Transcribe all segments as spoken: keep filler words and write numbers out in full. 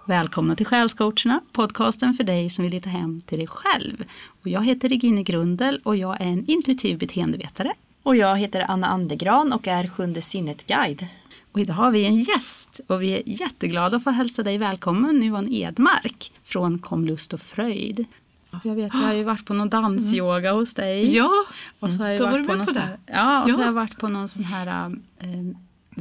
Välkomna till Själscoacherna, podcasten för dig som vill hitta hem till dig själv. Och jag heter Regine Grundel och jag är en intuitiv beteendevetare. Och jag heter Anna Andergran och är sjunde sinnet-guide. Och idag har vi en gäst och vi är jätteglada att få hälsa dig välkommen, Yvonne Edmark från Kom Lust och Fröjd. Jag vet, jag har ju varit på någon dansyoga hos dig. Ja, och så har jag då varit var du på med någon på sån det. här, ja, och Ja. så har jag varit på någon sån här äh,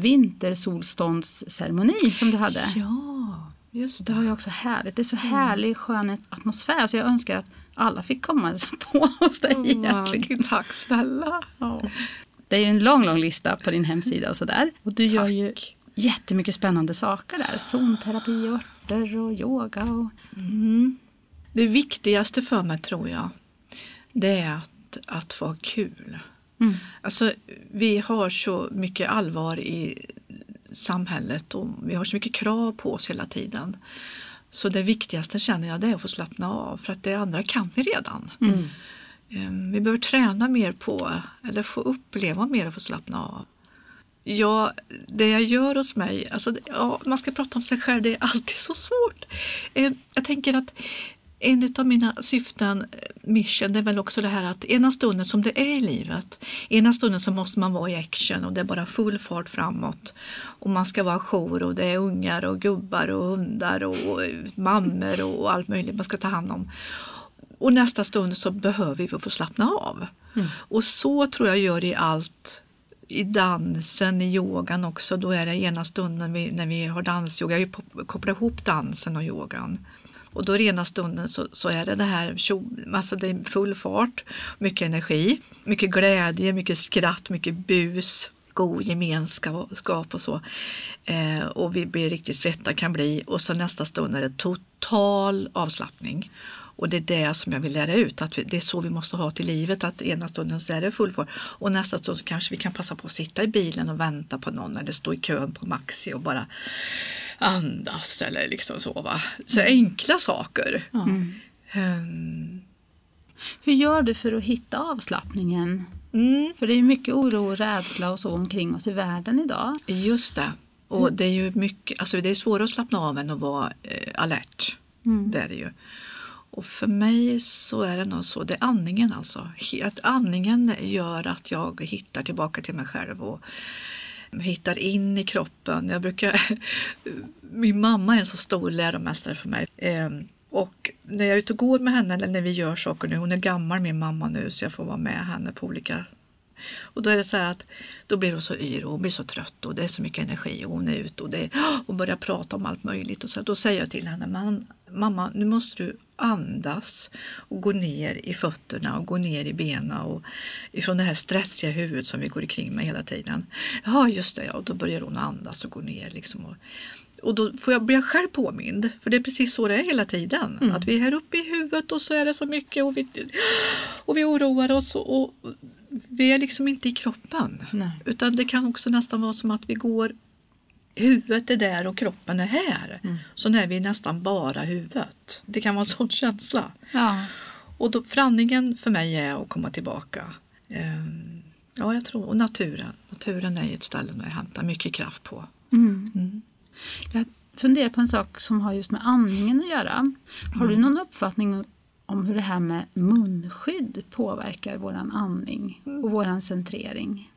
vintersolståndsceremoni som du hade. Ja, just Det det. var ju också härligt. Det är så härlig, skön atmosfär. Så jag önskar att alla fick komma på hos dig egentligen. Tack snälla. Ja. Det är ju en lång, lång lista på din hemsida och sådär. Och du gör ju jättemycket spännande saker där. Zonterapi, örter och yoga. Och... Mm. Det viktigaste för mig tror jag, det är att, att få ha kul. Mm. Alltså, vi har så mycket allvar i samhället och vi har så mycket krav på oss hela tiden. Så det viktigaste känner jag det är att få slappna av, för att det andra kan vi redan. Mm. Vi behöver träna mer på, eller få uppleva mer och få slappna av. Ja, det jag gör hos mig, alltså, ja, man ska prata om sig själv, det är alltid så svårt. Jag tänker att en av mina syften, mission, det är väl också det här att ena stunden som det är i livet, ena stunden så måste man vara i action och det är bara full fart framåt. Och man ska vara jour och det är ungar och gubbar och hundar och mammor och allt möjligt man ska ta hand om. Och nästa stund så behöver vi få slappna av. Mm. Och så tror jag gör i allt. I dansen, i yogan också. Då är det ena stunden vi, när vi har dansyoga. Jag kopplar ihop dansen och yogan. Och då är det ena stunden så, så är det det här. Alltså det är full fart. Mycket energi. Mycket glädje, mycket skratt, mycket bus. God gemenskap och så. Eh, och vi blir riktigt svetta kan bli. Och så nästa stund är det total avslappning. Och det är det som jag vill lära ut, att vi, det är så vi måste ha till livet, att ena stunden så är det full fart och nästa stund kanske vi kan passa på att sitta i bilen och vänta på någon eller stå i kön på Maxi och bara andas eller liksom så va. Så mm. enkla saker. Mm. Um. Hur gör du för att hitta avslappningen? Mm. För det är ju mycket oro och rädsla och så omkring oss i världen idag. Just det. Och mm. det är ju mycket, alltså det är svårare att slappna av än att vara eh, alert. Mm. Det är det ju. Och för mig så är det nog så, det är andningen alltså. Att andningen gör att jag hittar tillbaka till mig själv och hittar in i kroppen. Jag brukar, min mamma är en så stor läromästare för mig. Och när jag är ute och går med henne eller när vi gör saker nu, hon är gammal min mamma nu så jag får vara med henne på olika. Och då är det så här att då blir hon så yr och hon blir så trött och det är så mycket energi och hon är ute och, det, och börjar prata om allt möjligt. Och så, då säger jag till henne, Man, mamma nu måste du andas och gå ner i fötterna och gå ner i benen och ifrån det här stressiga huvudet som vi går omkring med hela tiden. Ja just det, ja. Och då börjar hon andas och gå ner liksom och, och då får jag bli själv påmind, för det är precis så det är hela tiden. Mm. Att vi är här uppe i huvudet och så är det så mycket och vi, och vi oroar oss och, och vi är liksom inte i kroppen. Nej. Utan det kan också nästan vara som att vi går, huvudet är där och kroppen är här. Mm. Så när vi är nästan bara huvudet. Det kan vara en sån känsla. Ja. Och då, förandringen för mig är att komma tillbaka. Um, ja, jag tror. Och naturen. Naturen är ett ställe där jag hämtar mycket kraft på. Mm. Mm. Jag funderar på en sak som har just med andningen att göra. Har mm. du någon uppfattning om hur det här med munskydd påverkar våran andning och våran centrering?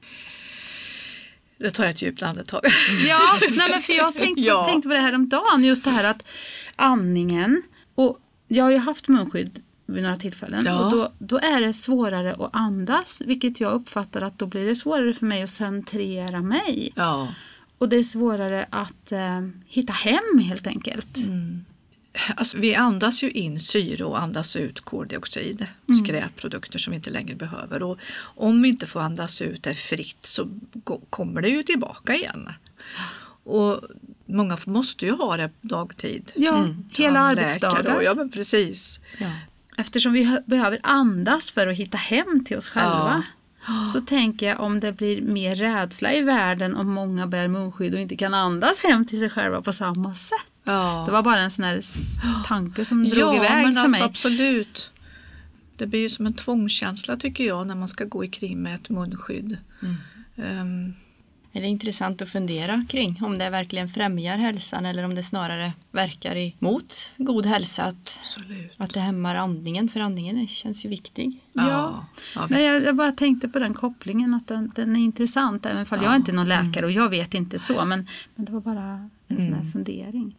Det tar jag ett djupt andetag. Ja, nej men för jag tänkte, ja. tänkte på det här om dagen, just det här att andningen, och jag har ju haft munskydd vid några tillfällen, ja. och då, då är det svårare att andas, vilket jag uppfattar att då blir det svårare för mig att centrera mig. Ja. Och det är svårare att eh, hitta hem helt enkelt. Mm. Alltså, vi andas ju in syre och andas ut koldioxid, mm. skräpprodukter som vi inte längre behöver. Och om vi inte får andas ut det fritt så kommer det ju tillbaka igen. Och många måste ju ha det dagtid. Ja, mm. hela arbetsdagar. Och, ja, men precis. Ja. Eftersom vi behöver andas för att hitta hem till oss själva. Ja. Så tänker jag om det blir mer rädsla i världen om många bär munskydd och inte kan andas hem till sig själva på samma sätt. Ja. Det var bara en sån här tanke som drog ja, iväg men för alltså, mig. Absolut. Det blir ju som en tvångskänsla tycker jag när man ska gå i kring med ett munskydd. Mm. Um, Är det intressant att fundera kring om det verkligen främjar hälsan eller om det snarare verkar emot god hälsa, att, att det hämmar andningen, för andningen känns ju viktig. Ja, ja, ja Nej, jag, jag bara tänkte på den kopplingen, att den, den är intressant, även om ja. jag är inte någon läkare och jag vet inte så, men, men det var bara en sån här mm. fundering.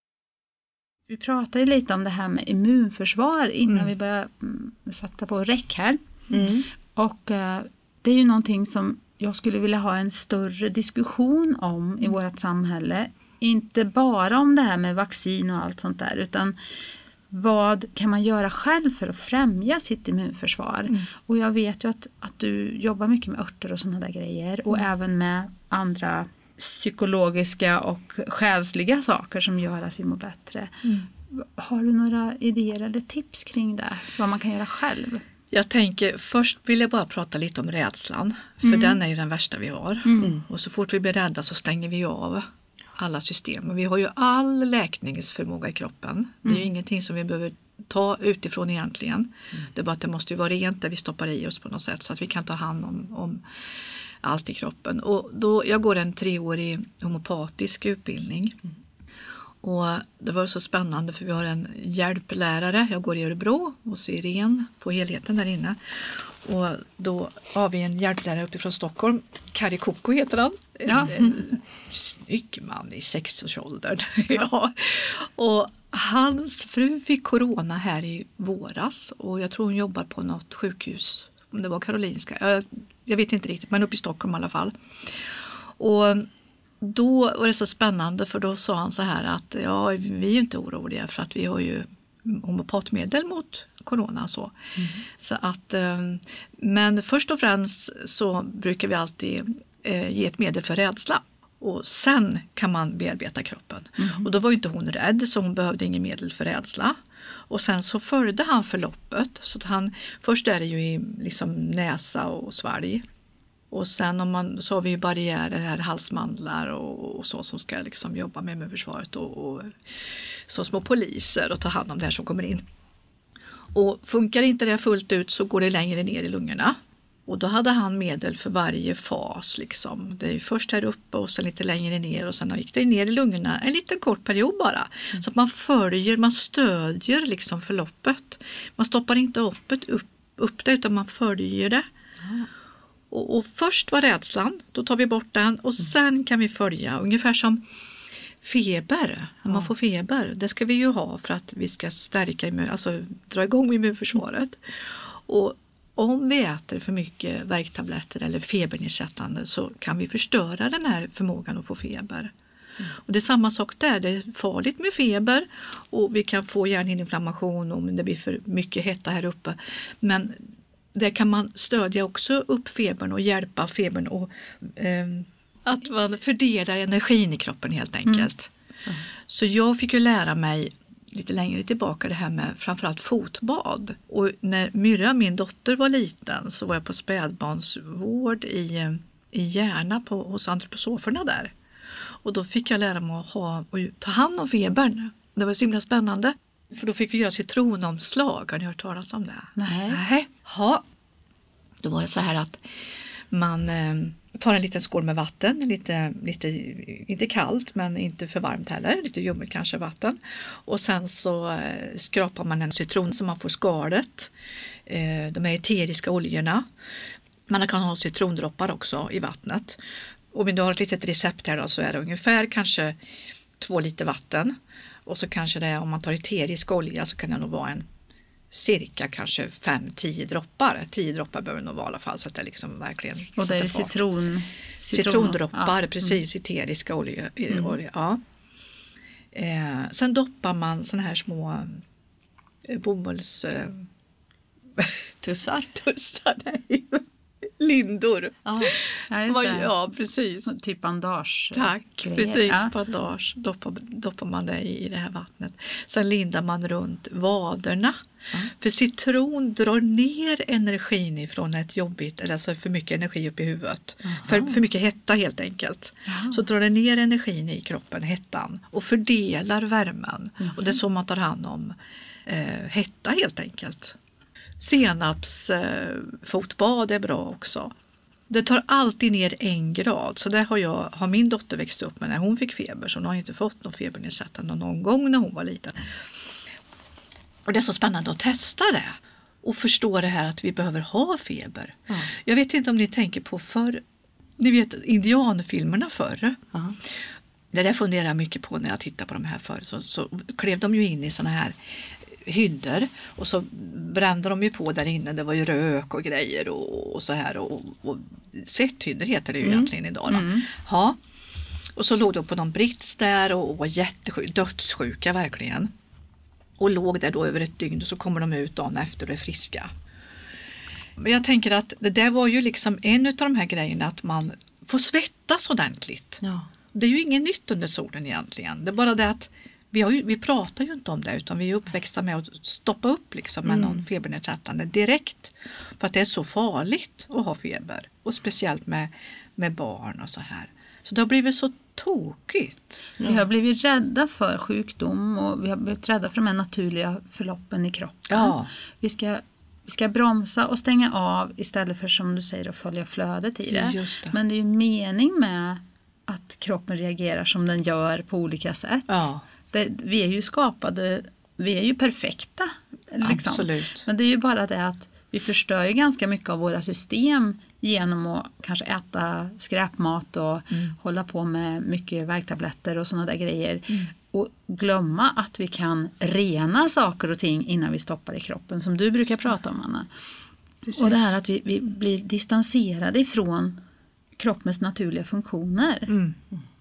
Vi pratade lite om det här med immunförsvar innan mm. vi började mm, sätta på räck här. Mm. Och uh, det är ju någonting som jag skulle vilja ha en större diskussion om i vårt samhälle. Inte bara om det här med vaccin och allt sånt där, utan vad kan man göra själv för att främja sitt immunförsvar? Mm. Och jag vet ju att, att du jobbar mycket med örter och sådana där grejer. Och mm. även med andra psykologiska och själsliga saker som gör att vi mår bättre. Mm. Har du några idéer eller tips kring det? Vad man kan göra själv? Jag tänker, först vill jag bara prata lite om rädslan. För mm. den är ju den värsta vi har. Mm. Och så fort vi blir rädda så stänger vi av alla system. Och vi har ju all läkningsförmåga i kroppen. Mm. Det är ju ingenting som vi behöver ta utifrån egentligen. Mm. Det är bara att det måste ju vara rent där vi stoppar i oss på något sätt. Så att vi kan ta hand om, om allt i kroppen. Och då, jag går en treårig homeopatisk utbildning. Mm. Och det var så spännande för vi har en hjälplärare. Jag går i Örebro hos Irene på helheten där inne. Och då har vi en hjälplärare uppifrån Stockholm. Kari Koko heter han. Ja. En snygg man i sexårsåldern. Ja. Och hans fru fick corona här i våras. Och jag tror hon jobbar på något sjukhus. Om det var Karolinska. Jag, jag vet inte riktigt, men uppe i Stockholm i alla fall. Och då var det så spännande, för då sa han så här att ja, vi är ju inte oroliga för att vi har ju homopatmedel mot corona. Så. Mm. Så att, men först och främst så brukar vi alltid ge ett medel för rädsla. Och sen kan man bearbeta kroppen. Mm. Och då var ju inte hon rädd, så hon behövde ingen medel för rädsla. Och sen så följde han förloppet. Så att han, först är det ju i liksom näsa och svalg. Och sen om man, så har vi ju barriärer här, halsmandlar och, och så som ska liksom jobba med, med försvaret och, och så små poliser och ta hand om det här som kommer in. Och funkar inte det fullt ut så går det längre ner i lungorna. Och då hade han medel för varje fas liksom. Det är ju först här uppe och sen lite längre ner och sen gick det ner i lungorna en liten kort period bara. Mm. Så att man följer, man stödjer liksom förloppet. Man stoppar inte upp, upp, upp det utan man följer det. Mm. Och, och först var rädslan, då tar vi bort den och sen kan vi följa, ungefär som feber, när man får feber, det ska vi ju ha för att vi ska stärka immun, alltså dra igång immunförsvaret. Och om vi äter för mycket värktabletter eller febernedsättande så kan vi förstöra den här förmågan att få feber. Mm. Och det är samma sak där, det är farligt med feber och vi kan få hjärninflammation om det blir för mycket hetta här uppe. Men där kan man stödja också upp febern och hjälpa febern och eh, att man fördelar energin i kroppen helt enkelt. Mm. Mm. Så jag fick ju lära mig lite längre tillbaka det här med framförallt fotbad. Och när Myrra, min dotter, var liten så var jag på spädbarnsvård i, i Järna på, hos antroposoferna där. Och då fick jag lära mig att ha, och ta hand om febern. Det var så himla spännande. För då fick vi göra citronomslag. Har ni hört talas om det? Nej. Nej. Ja. Då var det så här att man eh, tar en liten skål med vatten. Lite, lite, inte kallt men inte för varmt heller. Lite ljummet kanske vatten. Och sen så eh, skrapar man en citron så man får skalet. Eh, de här eteriska oljorna. Man kan ha citrondroppar också i vattnet. Och om du har ett litet recept här då, så är det ungefär kanske två liter vatten. Och så kanske det, om man tar eterisk olja så kan det nog vara en cirka kanske fem till tio droppar. tio droppar behöver det nog vara i alla fall så att det liksom verkligen... Och det är citron, citron... Citrondroppar, ja. Precis, mm. eteriska olja. Mm. olja ja. eh, sen doppar man såna här små eh, bomulls... Eh, tussar? Tussar, nej. Lindor. Ah, ja, just det. Ja, precis. Så typ bandage. Tack, grejer. precis. Ja. Bandage. Doppar, doppar man det i, i det här vattnet. Sen lindar man runt vaderna. Mm. För citron drar ner energin ifrån ett jobbigt, eller alltså för mycket energi upp i huvudet. För, för mycket hetta helt enkelt. Aha. Så drar det ner energin i kroppen, hettan. Och fördelar värmen. Mm. Och det är så man tar hand om eh, hetta helt enkelt. Senapsfotbad eh, är bra också. Det tar alltid ner en grad. Så det har, jag, har min dotter växt upp med när hon fick feber. Så hon har inte fått någon febernedsättande någon gång när hon var liten. Och det är så spännande att testa det. Och förstå det här att vi behöver ha feber. Mm. Jag vet inte om ni tänker på för ni vet indianfilmerna förr. Mm. Det där funderar jag mycket på när jag tittar på de här förr. Så, så klev de ju in i såna här hyddor och så brände de ju på där inne. Det var ju rök och grejer och, och så här. Och, och svetthyddor heter det ju mm. egentligen idag. Då. Mm. Ja. Och så låg de på någon brits där och, och var jättesjuka, dödssjuka verkligen. Och låg där då över ett dygn och så kommer de ut dagen efter och är friska. Men jag tänker att det där var ju liksom en av de här grejerna att man får svettas ordentligt. Ja. Det är ju inget nytt under solen egentligen. Det är bara det att vi, har ju, vi pratar ju inte om det utan vi är uppväxta med att stoppa upp liksom med mm. någon febernedsättande direkt. För att det är så farligt att ha feber. Och speciellt med, med barn och så här. Så det har blivit så tokigt. Ja. Vi har blivit rädda för sjukdom och vi har blivit rädda för de här naturliga förloppen i kroppen. Ja. Vi ska, vi ska bromsa och stänga av istället för som du säger att följa flödet i det. Just det. Men det är ju mening med att kroppen reagerar som den gör på olika sätt. Ja. Det, vi är ju skapade, vi är ju perfekta. Liksom. Absolut. Men det är ju bara det att vi förstör ju ganska mycket av våra system genom att kanske äta skräpmat och mm. hålla på med mycket värktabletter och sådana där grejer. Mm. Och glömma att vi kan rena saker och ting innan vi stoppar i kroppen. Som du brukar prata om, Anna. Precis. Och det här att vi, vi blir distanserade ifrån kroppens naturliga funktioner. Mm.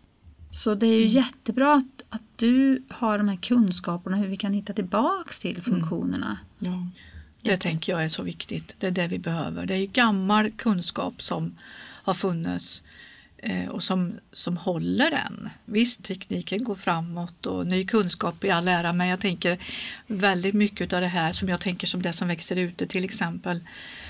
Så det är ju mm. jättebra att, att du har de här kunskaperna hur vi kan hitta tillbaks till funktionerna. Mm. Ja. Det tänker jag är så viktigt. Det är det vi behöver. Det är ju gammal kunskap som har funnits eh, och som, som håller än. Visst, tekniken går framåt och ny kunskap i all ära, men jag tänker väldigt mycket av det här som jag tänker som det som växer ute, till exempel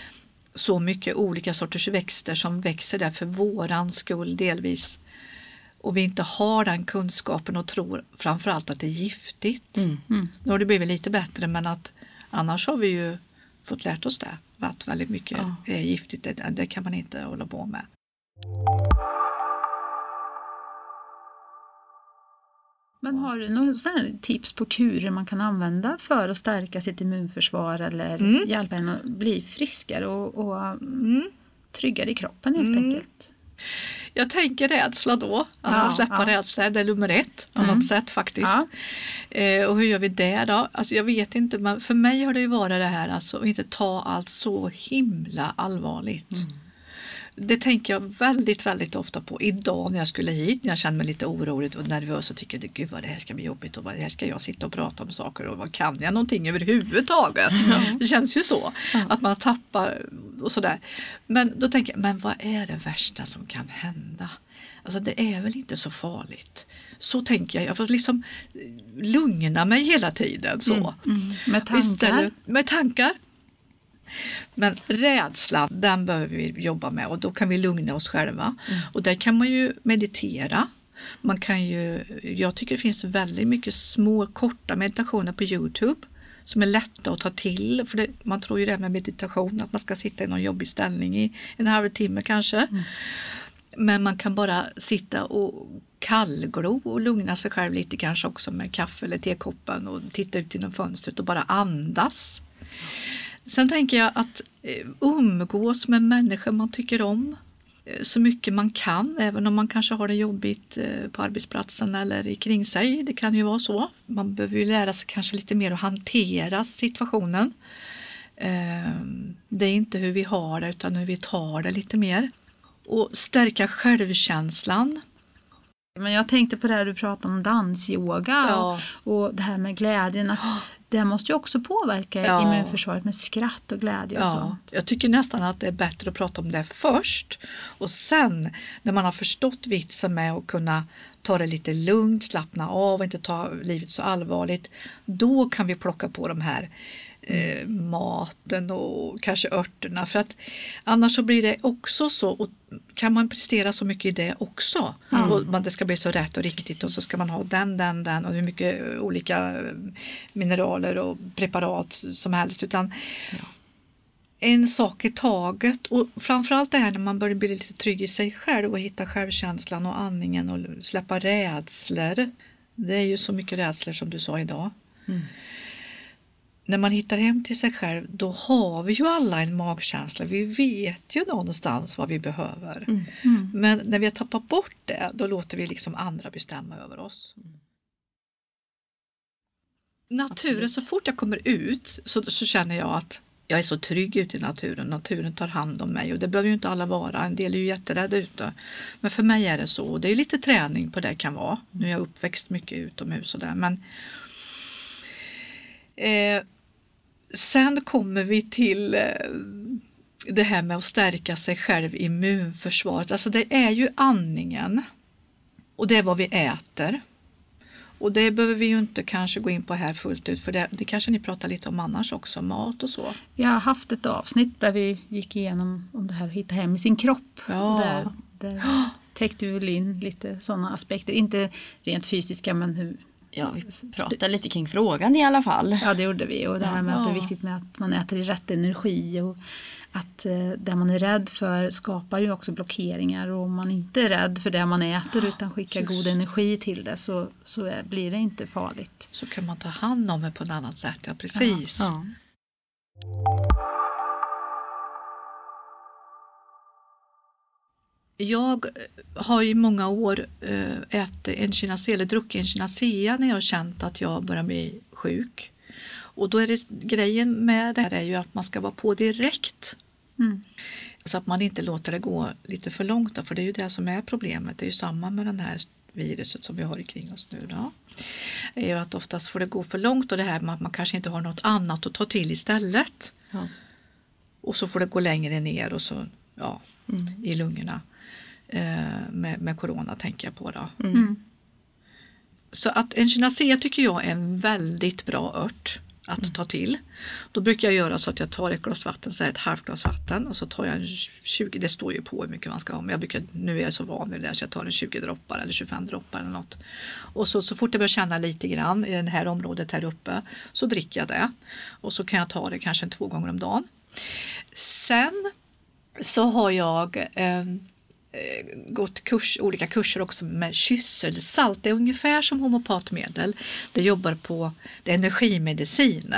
så mycket olika sorters växter som växer där för våran skull delvis. Och vi inte har den kunskapen och tror framförallt att det är giftigt. Mm. Mm. Nu har det blivit lite bättre, men att annars har vi ju fått lärt oss det. Att väldigt mycket ja. är giftigt. Det, det kan man inte hålla på med. Men har du några tips på kurer man kan använda för att stärka sitt immunförsvar eller mm. hjälpa en att bli friskare och, och mm. tryggare i kroppen helt mm. enkelt? Jag tänker rädsla då. Att ja, släppa ja. rädsla, det är nummer ett på mm. något sätt faktiskt. Ja. Eh, och hur gör vi det då? Alltså jag vet inte, men för mig har det ju varit det här alltså, att inte ta allt så himla allvarligt. Mm. Det tänker jag väldigt, väldigt ofta på. Idag när jag skulle hit, när jag kände mig lite orolig och nervös och tycker, gud vad det här ska bli jobbigt och vad det här ska jag sitta och prata om saker och vad kan jag någonting överhuvudtaget? Mm. Det känns ju så, mm. att man tappar och sådär. Men då tänker jag, men vad är det värsta som kan hända? Alltså det är väl inte så farligt. Så tänker jag, jag får liksom lugna mig hela tiden. Så. Mm. Mm. Med tankar? Istället, med tankar. Men rädslan, den behöver vi jobba med och då kan vi lugna oss själva. Mm. Och där kan man ju meditera. Man kan ju, jag tycker det finns väldigt mycket små korta meditationer på YouTube som är lätta att ta till. För det, man tror ju det med meditation att man ska sitta i någon jobbig ställning i en halvtimme kanske. Mm. Men man kan bara sitta och kallglo och lugna sig själv lite kanske också med kaffe eller tekoppen och titta ut genom fönstret och bara andas. Sen tänker jag att umgås med människor man tycker om så mycket man kan, även om man kanske har det jobbigt på arbetsplatsen eller kring sig. Det kan ju vara så. Man behöver ju lära sig kanske lite mer att hantera situationen. Det är inte hur vi har det utan hur vi tar det lite mer. Och stärka självkänslan. Men jag tänkte på det här du pratade om dansyoga ja. och, och det här med glädjen att det måste ju också påverka ja. immunförsvaret med skratt och glädje och ja. sånt. Jag tycker nästan att det är bättre att prata om det först och sen när man har förstått vitsen med att kunna ta det lite lugnt, slappna av och inte ta livet så allvarligt, då kan vi plocka på de här eh, maten och kanske örterna, för att annars så blir det också så, och kan man prestera så mycket i det också mm. och man, det ska bli så rätt och riktigt. Precis. Och så ska man ha den, den, den och hur mycket olika mineraler och preparat som helst, utan ja. en sak i taget, och framförallt det här när man börjar bli lite trygg i sig själv och hitta självkänslan och andningen och släppa rädslor. Det är ju så mycket rädslor som du sa idag. Mm. När man hittar hem till sig själv, då har vi ju alla en magkänsla. Vi vet ju någonstans vad vi behöver. Mm. Mm. Men när vi har tappat bort det, då låter vi liksom andra bestämma över oss. Mm. Naturen, absolut. Så fort jag kommer ut så, så känner jag att jag är så trygg ute i naturen. Naturen tar hand om mig, och det behöver ju inte alla vara. En del är ju jätterädda ute. Men för mig är det så. Det är lite träning på det kan vara. Nu är jag uppväxt mycket utomhus och där. Men eh, sen kommer vi till eh, det här med att stärka sig själv, immunförsvaret. Alltså det är ju andningen. Och det är vad vi äter. Och det behöver vi ju inte kanske gå in på här fullt ut, för det, det kanske ni pratar lite om annars också, mat och så. Jag har haft ett avsnitt där vi gick igenom om det här att hitta hem i sin kropp. Ja. Där, där täckte vi väl in lite sådana aspekter, inte rent fysiska men hur... Ja, vi pratade lite kring frågan i alla fall. Ja, det gjorde vi, och det här med ja. att det är viktigt med att man äter i rätt energi, och att eh, det man är rädd för skapar ju också blockeringar, och om man inte är rädd för det man äter utan skickar just. god energi till det, så, så är, blir det inte farligt. Så kan man ta hand om det på ett annat sätt, ja precis. Ja. Ja. Jag har i många år ätit en Echinacea, eller druckit en Echinacea när jag har känt att jag börjar bli sjuk. Och då är det, grejen med det här är ju att man ska vara på direkt. Mm. Så att man inte låter det gå lite för långt då, för det är ju det som är problemet. Det är ju samma med den här viruset som vi har kring oss nu då. Det är ju att oftast får det gå för långt, och det här med att man kanske inte har något annat att ta till istället. Ja. Och så får det gå längre ner och så ja, mm. i lungorna. Med, med corona tänker jag på då. Mm. Så att en Echinacea tycker jag är en väldigt bra ört att mm. ta till. Då brukar jag göra så att jag tar ett glas vatten, så ett halvt glas vatten, och så tar jag en tjugo, det står ju på hur mycket man ska ha, men jag brukar, nu är jag så van vid det där, så jag tar en tjugo droppar eller tjugofem droppar eller något. Och så, så fort jag börjar känna lite grann i det här området här uppe, så dricker jag det. Och så kan jag ta det kanske två gånger om dagen. Sen så har jag eh, gått kurs, olika kurser också med kysselsalt. Det är ungefär som homopatmedel. Det jobbar på det är energimedicin.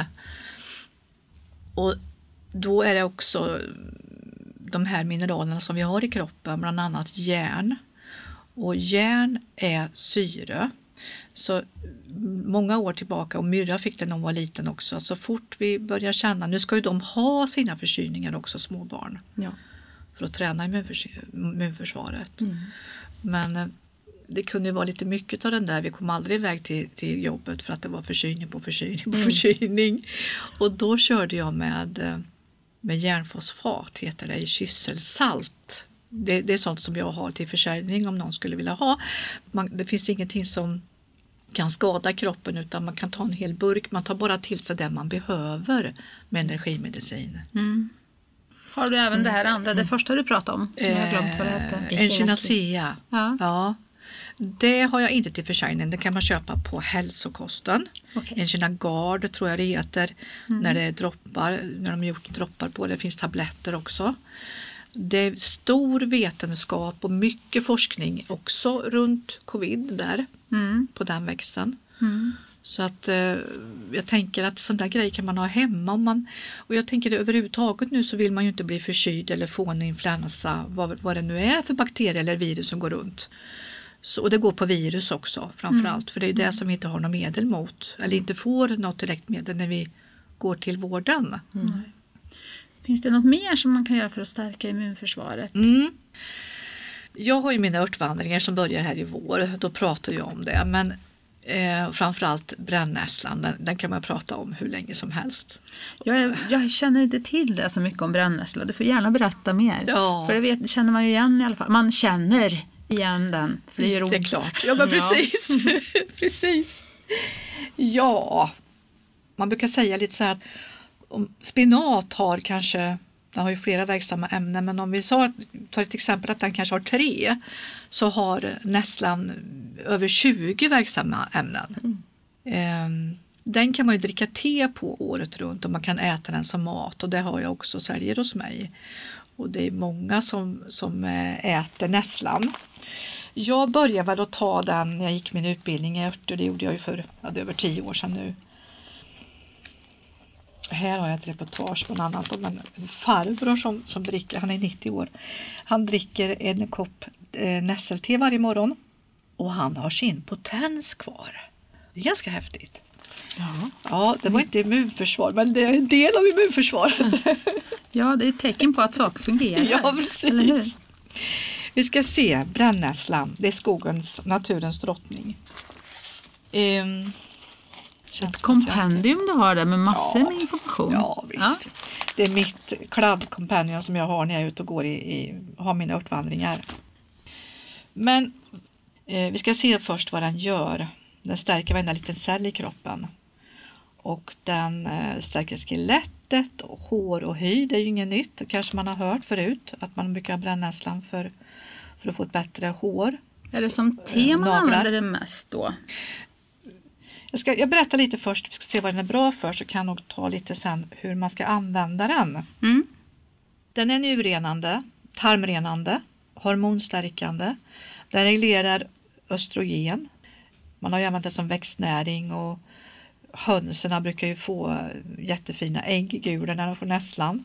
Och då är det också de här mineralerna som vi har i kroppen, bland annat järn. Och järn är syre. Så många år tillbaka, och Myrra fick det när hon var liten också, så fort vi börjar känna, nu ska ju de ha sina förkylningar också, små barn. Ja. För att träna immunförsvaret. Mm. Men det kunde ju vara lite mycket av den där. Vi kom aldrig iväg till, till jobbet för att det var förkylning på förkylning på mm. förkylning. Och då körde jag med, med järnfosfat, heter det, i kysselsalt. Det, det är sånt som jag har till försäljning om någon skulle vilja ha. Man, det finns ingenting som kan skada kroppen, utan man kan ta en hel burk. Man tar bara till sig det man behöver med energimedicin. Mm. Har du även det här andra, det första du pratade om, som jag har glömt vad det heter? Echinacea. Ja. ja. Det har jag inte till försäljning, det kan man köpa på hälsokosten. Okay. Echinagard tror jag det heter, mm. när det är droppar, när de har gjort droppar på det. Det finns tabletter också. Det är stor vetenskap och mycket forskning också runt covid där, mm. på den växten. Mm. Så att eh, jag tänker att sån där grej kan man ha hemma. Om man, och jag tänker att överhuvudtaget nu så vill man ju inte bli förkyld eller få en influensa, vad, vad det nu är för bakterier eller virus som går runt. Så, och det går på virus också framförallt, mm. för det är det som vi inte har något medel mot, eller inte får något direkt medel när vi går till vården. Mm. Finns det något mer som man kan göra för att stärka immunförsvaret? Mm. Jag har ju mina örtvandringar som börjar här i vår, då pratar jag om det, men Eh, framförallt brännässlan, den, den kan man prata om hur länge som helst. Jag, jag känner inte till det så mycket om brännässla. Du får gärna berätta mer. Ja. För det vet, känner man ju igen i alla fall. Man känner igen den. För det gör ont. Det är klart. Ja, men precis. Ja. precis. Ja, man brukar säga lite så här att om spinat har kanske, den har ju flera verksamma ämnen, men om vi sa, tar ett exempel att den kanske har tre, så har nässlan över tjugo verksamma ämnen. Mm. Den kan man ju dricka te på året runt och man kan äta den som mat och det har jag också säljer hos mig. Och det är många som, som äter nässlan. Jag började väl att ta den när jag gick min utbildning i örter, det gjorde jag ju för ja, det är över tio år sedan nu. Här har jag ett reportage bland annat om en farbror som, som dricker, han är nittio år. Han dricker en kopp eh, nässelte varje morgon och han har sin potens kvar. Det är ganska häftigt. Ja, ja det var inte immunförsvar men det är en del av immunförsvaret. Ja, det är ett tecken på att saker fungerar. Ja, precis. Vi ska se brännässlan, det är skogens, naturens drottning. Um, Ett kompendium du har där med massor ja, med information. Ja, visst. Ja. Det är mitt kladdkompendium som jag har när jag är ute och går i, i har mina örtvandringar. Men eh, vi ska se först vad den gör. Den stärker varenda liten cell i kroppen. Och den eh, stärker skelettet och hår och hy. Det är ju inget nytt. Det kanske man har hört förut. Att man brukar bränna nässlan för, för att få ett bättre hår. Är det som te man använder det mest då? Jag, ska, jag berättar lite först, vi ska se vad den är bra för så kan jag nog ta lite sen hur man ska använda den. Mm. Den är njurrenande, tarmrenande, hormonstärkande. Den reglerar östrogen. Man har ju använt det som växtnäring och hönserna brukar ju få jättefina ägggulor när de får nässlan.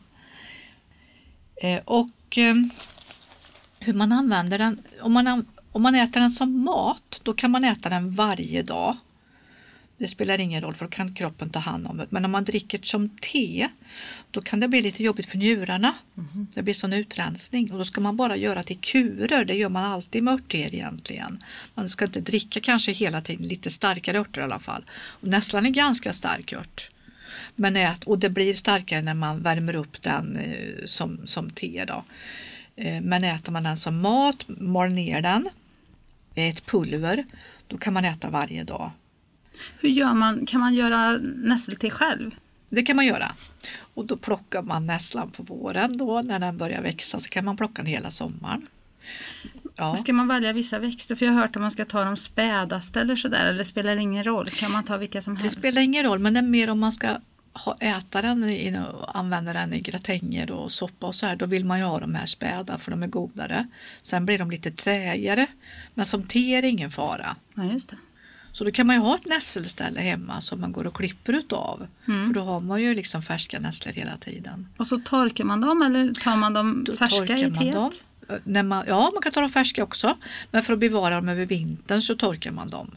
Eh, och eh, hur man använder den, om man, om man äter den som mat då kan man äta den varje dag. Det spelar ingen roll för då kan kroppen ta hand om det. Men om man dricker som te då kan det bli lite jobbigt för njurarna. Mm. Det blir sån utrensning och då ska man bara göra till kurer. Det gör man alltid med örter egentligen. Man ska inte dricka kanske hela tiden, lite starkare örter i alla fall. Och nässlan är ganska stark ört. Men ät, och det blir starkare när man värmer upp den eh, som, som te då. Eh, men äter man den som mat, mal ner den, ett pulver, då kan man äta varje dag. Hur gör man? Kan man göra nässelte själv? Det kan man göra. Och då plockar man nässlan på våren då när den börjar växa så kan man plocka den hela sommaren. Ja. Ska man välja vissa växter? För jag har hört att man ska ta de spädaste eller sådär. Eller det spelar ingen roll? Kan man ta vilka som helst? Det spelar ingen roll men det är mer om man ska ha, äta den i, och använda den i gratänger och soppa och så här. Då vill man ju ha de här späda för de är godare. Sen blir de lite träigare. Men som te är det ingen fara. Ja, just det. Så då kan man ju ha ett nässelställe hemma som man går och klipper utav. Mm. För då har man ju liksom färska nässlor hela tiden. Och så torkar man dem eller tar man dem då färska i teet? När man, ja, man kan ta dem färska också. Men för att bevara dem över vintern så torkar man dem.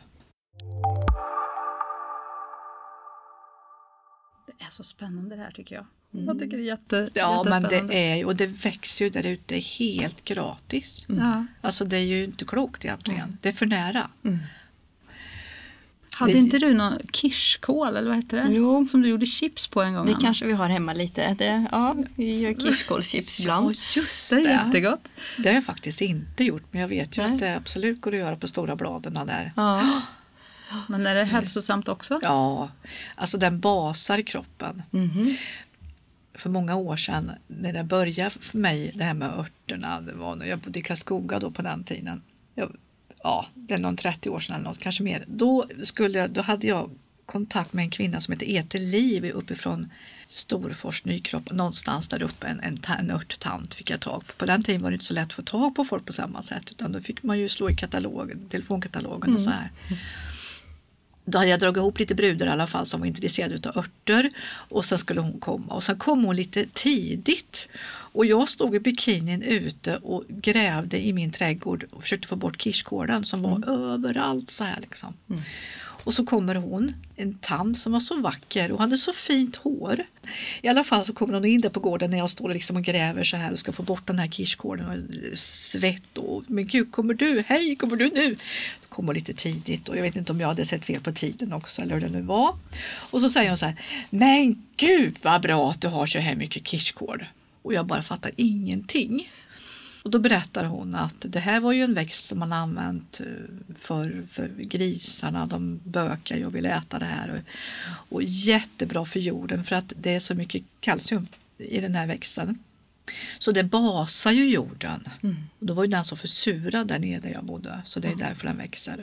Det är så spännande det här tycker jag. Mm. Jag tycker det är jätte, ja, men det är ju, och det växer ju där ute helt gratis. Mm. Ja. Alltså det är ju inte klokt egentligen. Mm. Det är för nära. Mm. Hade inte du någon kirskål eller vad heter det? Jo. Som du gjorde chips på en gång? Det Anna. Kanske vi har hemma lite. Det, ja, vi gör kirskålschips ibland. Ja, just det. Det är jättegott. Det har jag faktiskt inte gjort. Men jag vet ju Nej. att det absolut går att göra på stora bladen där. Ja. Men är det hälsosamt också? Ja, alltså den basar kroppen. Mm-hmm. För många år sedan när det började för mig det här med örterna. Det var när jag bodde i Karlskoga då på den tiden. Jag Ja, det är någon trettio år sedan eller något, kanske mer. Då, skulle jag, då hade jag kontakt med en kvinna som heter Ete Liv uppifrån Storfors Nykropp. Någonstans där uppe, en, en, en örttant fick jag tag på. På den tiden var det inte så lätt att få tag på folk på samma sätt. Utan då fick man ju slå i katalogen, telefonkatalogen mm. och så här. Då hade jag dragit ihop lite brudar i alla fall som var intresserade av örter. Och sen skulle hon komma. Och sen kom hon lite tidigt. Och jag stod i bikinin ute och grävde i min trädgård och försökte få bort kirskålen som var mm. överallt så här liksom. Mm. Och så kommer hon, en tant som var så vacker och hade så fint hår. I alla fall så kommer hon in där på gården när jag står liksom och gräver så här och ska få bort den här kirskålen och svett och men gud, kommer du? Hej, kommer du nu? Så kom hon lite tidigt och jag vet inte om jag hade sett fel på tiden också eller hur det nu var. Och så säger hon så här, men gud vad bra att du har så här mycket kirskål. Och jag bara fattar ingenting. Och då berättar hon att det här var ju en växt som man använt för, för grisarna. De bökar ju och vill äta det här. Och, och jättebra för jorden för att det är så mycket kalcium i den här växten. Så det basar ju jorden. Mm. Och då var ju den så försurad där nere där jag bodde. Så det är därför den växer.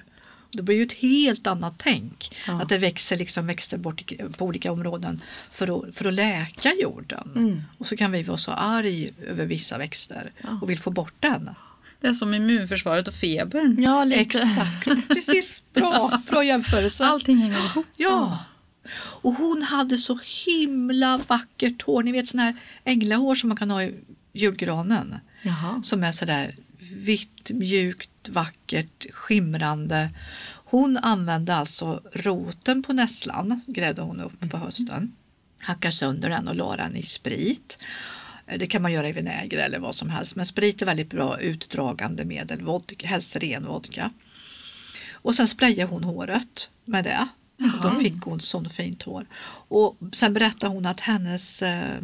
Det blir ju ett helt annat tänk. Ja. Att det växer liksom växter bort på olika områden för att, för att läka jorden. Mm. Och så kan vi vara så arg över vissa växter ja. och vill få bort den. Det är som immunförsvaret och febern. Ja, lite. Exakt. Precis. Bra, bra jämförelse. Allting hänger ihop. Ja. Och hon hade så himla vackert hår. Ni vet sån här änglahår som man kan ha i julgranen. Jaha. Som är sådär vitt, mjukt, vackert, skimrande. Hon använde alltså roten på nässlan, grävde hon upp på hösten. Hackar sönder den och la den i sprit. Det kan man göra i vinäger eller vad som helst. Men sprit är väldigt bra utdragande medel. Vodka, helst ren vodka. Och sen sprayade hon håret med det. Jaha. Och då fick hon sån fint hår. Och sen berättade hon att hennes eh,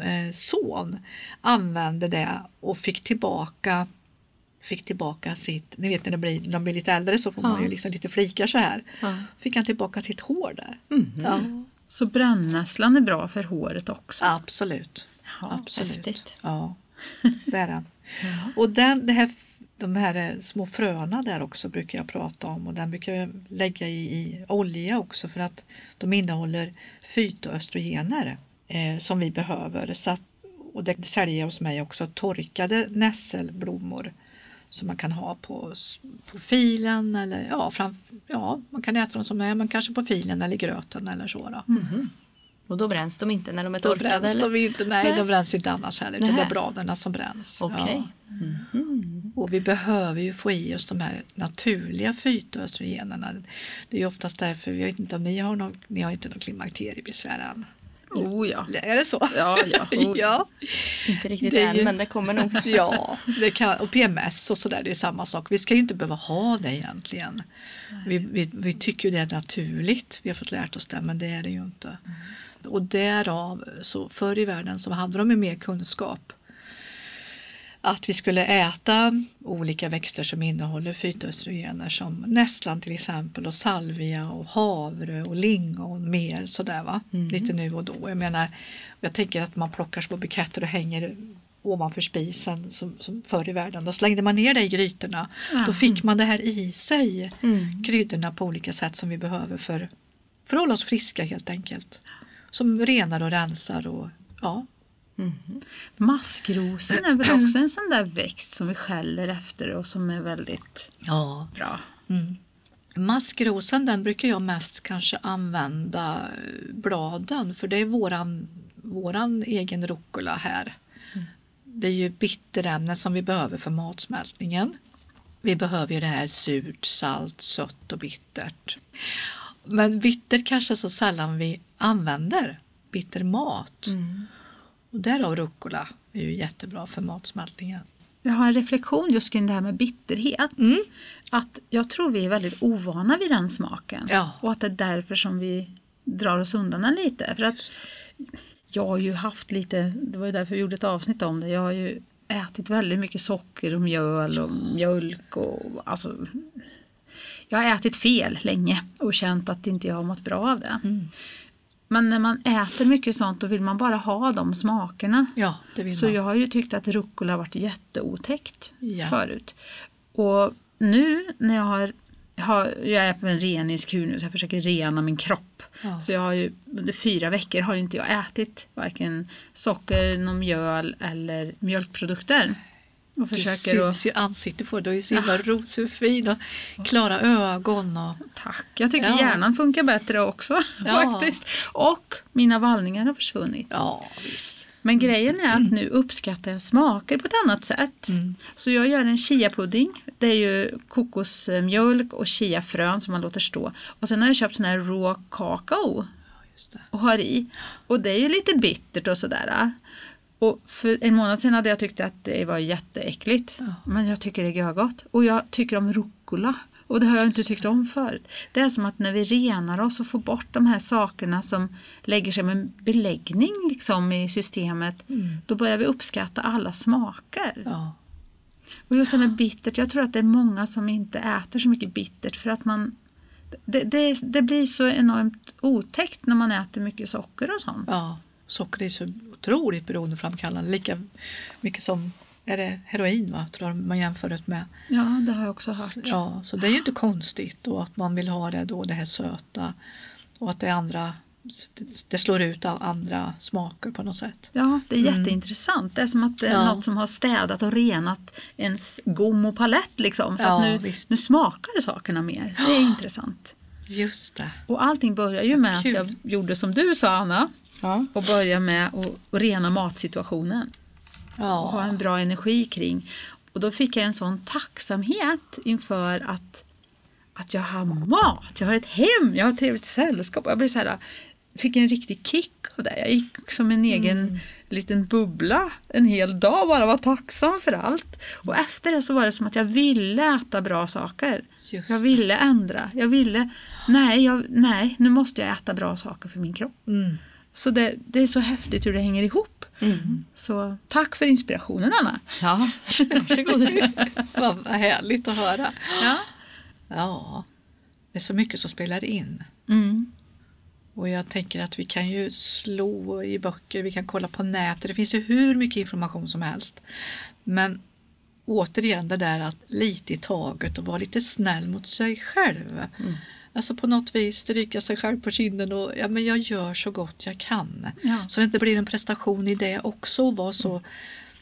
son använde det och fick tillbaka fick tillbaka sitt, ni vet när de blir, när de blir lite äldre så får ja. man ju liksom lite flikar så här. Ja. Fick han tillbaka sitt hår där. Mm. Ja. Så brännässlan är bra för håret också? Absolut. Ja, Absolut. Häftigt. Ja, det är den. Ja. Och den, det här, de här små fröna där också brukar jag prata om. Och den brukar jag lägga i, i olja också för att de innehåller fytoöstrogener eh, som vi behöver. Så att, och det säljer jag hos mig också, torkade nässelblommor som man kan ha på, på filen eller ja, fram, ja, man kan äta dem som är, men kanske på filen eller gröten eller så då. Mm-hmm. Och då bränns de inte när de är torkade? Då bränns eller? de inte, nej, nej, de bränns inte annars heller. Det är bladerna som bränns. Okej. Okay. Ja. Mm-hmm. Och vi behöver ju få i oss de här naturliga fytoöstrogenerna. Det är ju oftast därför, jag vet inte om ni har någon, ni har inte någon klimakteriebesvär än. Oh ja. Är det så? Ja, ja. Oh. ja. Inte riktigt det än, ju, men det kommer nog. ja, det kan, och P M S och sådär, det är samma sak. Vi ska ju inte behöva ha det egentligen. Vi, vi, vi tycker ju det är naturligt. Vi har fått lärt oss det, men det är det ju inte. Mm. Och därav, så förr i världen så hade de ju mer kunskap. Att vi skulle äta olika växter som innehåller fytoöstrogener som nässlan till exempel och salvia och havre och lingon mer sådär va. Mm. Lite nu och då. Jag menar, jag tänker att man plockar små buketter och hänger ovanför spisen som, som förr i världen. Då slängde man ner det i grytorna. Mm. Då fick man det här i sig. Mm. Kryddorna på olika sätt som vi behöver för, för att hålla oss friska helt enkelt. Som renar och rensar och ja. Mm. Maskrosen är väl också en sån där växt som vi skäller efter och som är väldigt ja. bra. Mm. Maskrosen, den brukar jag mest kanske använda bladen för det är våran, våran egen rucola här. Mm. Det är ju bitterämnen som vi behöver för matsmältningen. Vi behöver ju det här surt, salt, sött och bittert. Men bitter kanske så sällan vi använder bitter mat. Mm. Och därav rucola är ju jättebra för matsmältningen. Jag har en reflektion just kring det här med bitterhet. Mm. Att jag tror vi är väldigt ovana vid den smaken. Ja. Och att det är därför som vi drar oss undan den lite. För att jag har ju haft lite, det var ju därför vi gjorde ett avsnitt om det. Jag har ju ätit väldigt mycket socker och mjöl och mjölk och alltså... Jag har ätit fel länge och känt att inte jag har mått bra av det. Mm. Men när man äter mycket sånt då vill man bara ha de smakerna. Ja, det vill Så man. jag har ju tyckt att rucola har varit jätteotäckt ja. förut. Och nu när jag har, har jag är på en reningskur nu så jag försöker rena min kropp. Ja. Så jag har ju under fyra veckor har inte jag ätit varken socker, någon mjöl eller mjölkprodukter. Och du försöker syns ju ansiktet på. Du är ju så himla rosig och fin och klara ögon. Och... Tack. Jag tycker ja. hjärnan funkar bättre också ja. faktiskt. Och mina vallningar har försvunnit. Ja, visst. Men grejen är att nu uppskattar jag smaker på ett annat sätt. Mm. Så jag gör en chia-pudding. Det är ju kokosmjölk och chiafrön som man låter stå. Och sen har jag köpt sån här rå kakao. Just det. Och har i. Och det är ju lite bittert och sådär. Och för en månad sedan hade jag tyckt att det var jätteäckligt. Ja. Men jag tycker det är gott. Och jag tycker om rucola. Och det har jag inte tyckt om förut. Det är som att när vi renar oss och får bort de här sakerna som lägger sig med beläggning liksom i systemet. Mm. Då börjar vi uppskatta alla smaker. Ja. Och just det med bittert. Jag tror att det är många som inte äter så mycket bittert. För att man... Det, det, det blir så enormt otäckt när man äter mycket socker och sånt. Ja. Socker är så otroligt beroendeframkallande. Lika mycket som är det heroin va? Tror jag man jämför det med. Ja, det har jag också hört. Så, ja, så det är ju inte konstigt då att man vill ha det då, det här söta. Och att det är andra, det slår ut av andra smaker på något sätt. Ja, det är mm. jätteintressant. Det är som att det är ja. något som har städat och renat ens gom och palett liksom. Så ja, att nu, nu smakar det sakerna mer. Det är intressant. Just det. Och allting börjar ju med Kul. att jag gjorde som du sa, Anna. Ja. Och börja med att, att rena matsituationen. Ja. Och ha en bra energi kring. Och då fick jag en sån tacksamhet inför att, att jag har mat. Jag har ett hem. Jag har ett trevligt sällskap. Jag blev så här, fick en riktig kick av det. Jag gick som en egen mm. liten bubbla en hel dag. Bara var tacksam för allt. Och efter det så var det som att jag ville äta bra saker. Just jag ville ändra. Jag ville, nej, jag, nej, nu måste jag äta bra saker för min kropp. Mm. Så det, det är så häftigt hur det hänger ihop. Mm. Så tack för inspirationen, Anna. Ja, varsågod. Vad härligt att höra. Ja. Ja, det är så mycket som spelar in. Mm. Och jag tänker att vi kan ju slå i böcker, vi kan kolla på nätet. Det finns ju hur mycket information som helst. Men återigen det där att lite i taget och vara lite snäll mot sig själv. Mm. Alltså på något vis stryka sig själv på kinden och ja, men jag gör så gott jag kan. Ja. Så det inte blir en prestation i det också och vara så mm.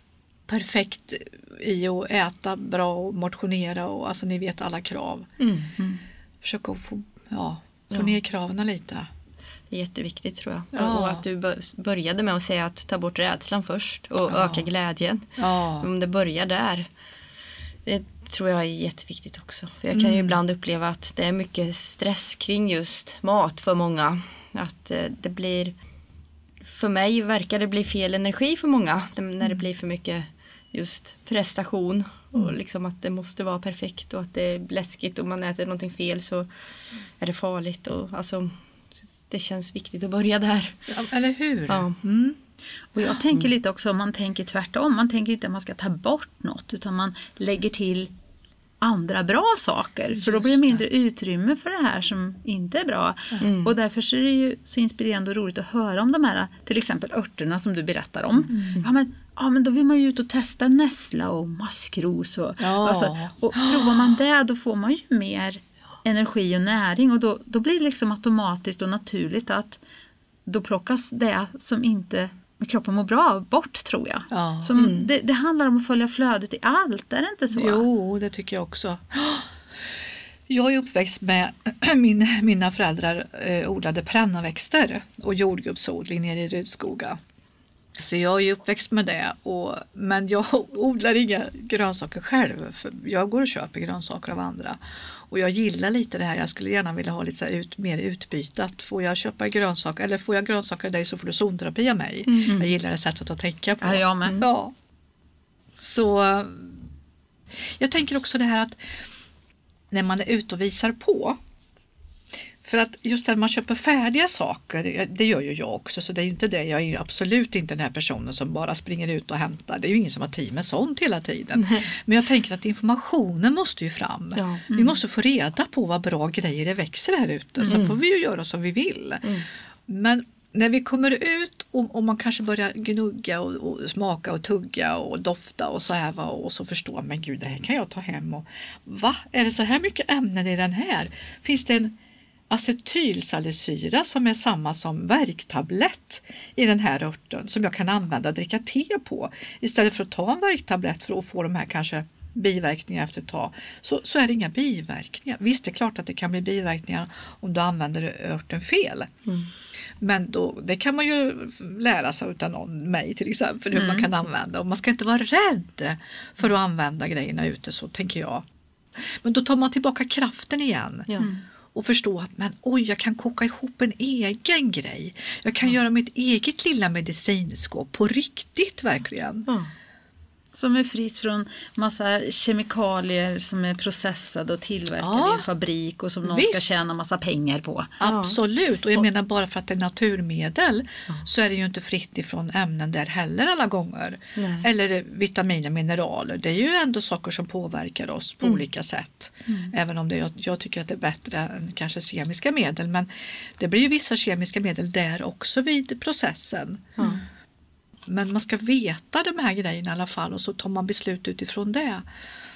perfekt i att äta bra och motionera och alltså ni vet alla krav. Mm. Mm. Försöka få, ja, få ja. ner kraven lite. Det är jätteviktigt tror jag. Ja. Och att du började med att säga att ta bort rädslan först och ja. öka glädjen. Ja. Om det börjar där. Det tror jag är jätteviktigt också. För jag kan mm. ju ibland uppleva att det är mycket stress kring just mat för många. Att det blir, för mig verkar det bli fel energi för många. När det blir för mycket just prestation. Mm. Och liksom att det måste vara perfekt och att det är läskigt. Och man äter någonting fel så är det farligt. Och alltså, det känns viktigt att börja där. Ja, eller hur? Ja. Mm. Och jag tänker lite också om man tänker tvärtom. Man tänker inte att man ska ta bort något utan man lägger till andra bra saker. Just för då blir det mindre utrymme för det här som inte är bra. Mm. Och därför så är det ju så inspirerande och roligt att höra om de här till exempel örterna som du berättar om. Mm. Ja, men, ja men då vill man ju ut och testa nässla och maskros. Och, ja. alltså, och provar man det då får man ju mer energi och näring. Och då, då blir det liksom automatiskt och naturligt att då plockas det som inte kroppen mår bra av bort tror jag. Ja. Som, mm. det, det handlar om att följa flödet i allt, är det inte så? Jo, det tycker jag också. Jag är uppväxt med min, mina föräldrar eh, odlade prännaväxter och jordgubbsodling nere i Rudskoga. Så jag är uppväxt med det. Och, men jag odlar inga grönsaker själv. För jag går och köper grönsaker av andra. Och jag gillar lite det här. Jag skulle gärna vilja ha lite så här ut, mer utbyte. Att får jag köpa grönsaker eller får jag grönsaker av dig så får du zonterapi av mig. Mm. Jag gillar det sättet att tänka på. Ja, jag med. Ja. Så jag tänker också det här att när man är ute och visar på. För att just när man köper färdiga saker, det gör ju jag också, så det är ju inte det. Jag är ju absolut inte den här personen som bara springer ut och hämtar. Det är ju ingen som har tid med sånt hela tiden. Nej. Men jag tänker att informationen måste ju fram. Ja. Mm. Vi måste få reda på vad bra grejer det växer här ute. Mm. Så får vi ju göra som vi vill. Mm. Men när vi kommer ut och, och man kanske börjar gnugga och, och smaka och tugga och dofta och så här och så förstår men gud, det här kan jag ta hem. Och va? Är det så här mycket ämnen i den här? Finns det en acetylsalicylsyra som är samma som värktablett i den här örten som jag kan använda och dricka te på istället för att ta en värktablett för att få de här kanske biverkningar efter ett tag så, så är det inga biverkningar. Visst, det är klart att det kan bli biverkningar om du använder örten fel. Mm. Men då, det kan man ju lära sig utan någon, mig till exempel, hur mm. man kan använda. Och man ska inte vara rädd för att använda grejerna ute, så tänker jag. Men då tar man tillbaka kraften igen. Ja. Mm. Och förstå att men, oj, jag kan koka ihop en egen grej. Jag kan mm. göra mitt eget lilla medicinskåp på riktigt verkligen. Mm. Som är fritt från massa kemikalier som är processade och tillverkade ja. i en fabrik och som någon Visst. ska tjäna massa pengar på. Absolut, och jag menar bara för att det är naturmedel ja. så är det ju inte fritt ifrån ämnen där heller alla gånger. Nej. Eller vitaminer, mineraler. Det är ju ändå saker som påverkar oss på mm. olika sätt. Mm. Även om det, jag, jag tycker att det är bättre än kanske kemiska medel. Men det blir ju vissa kemiska medel där också vid processen. Mm. Men man ska veta de här grejerna i alla fall och så tar man beslut utifrån det.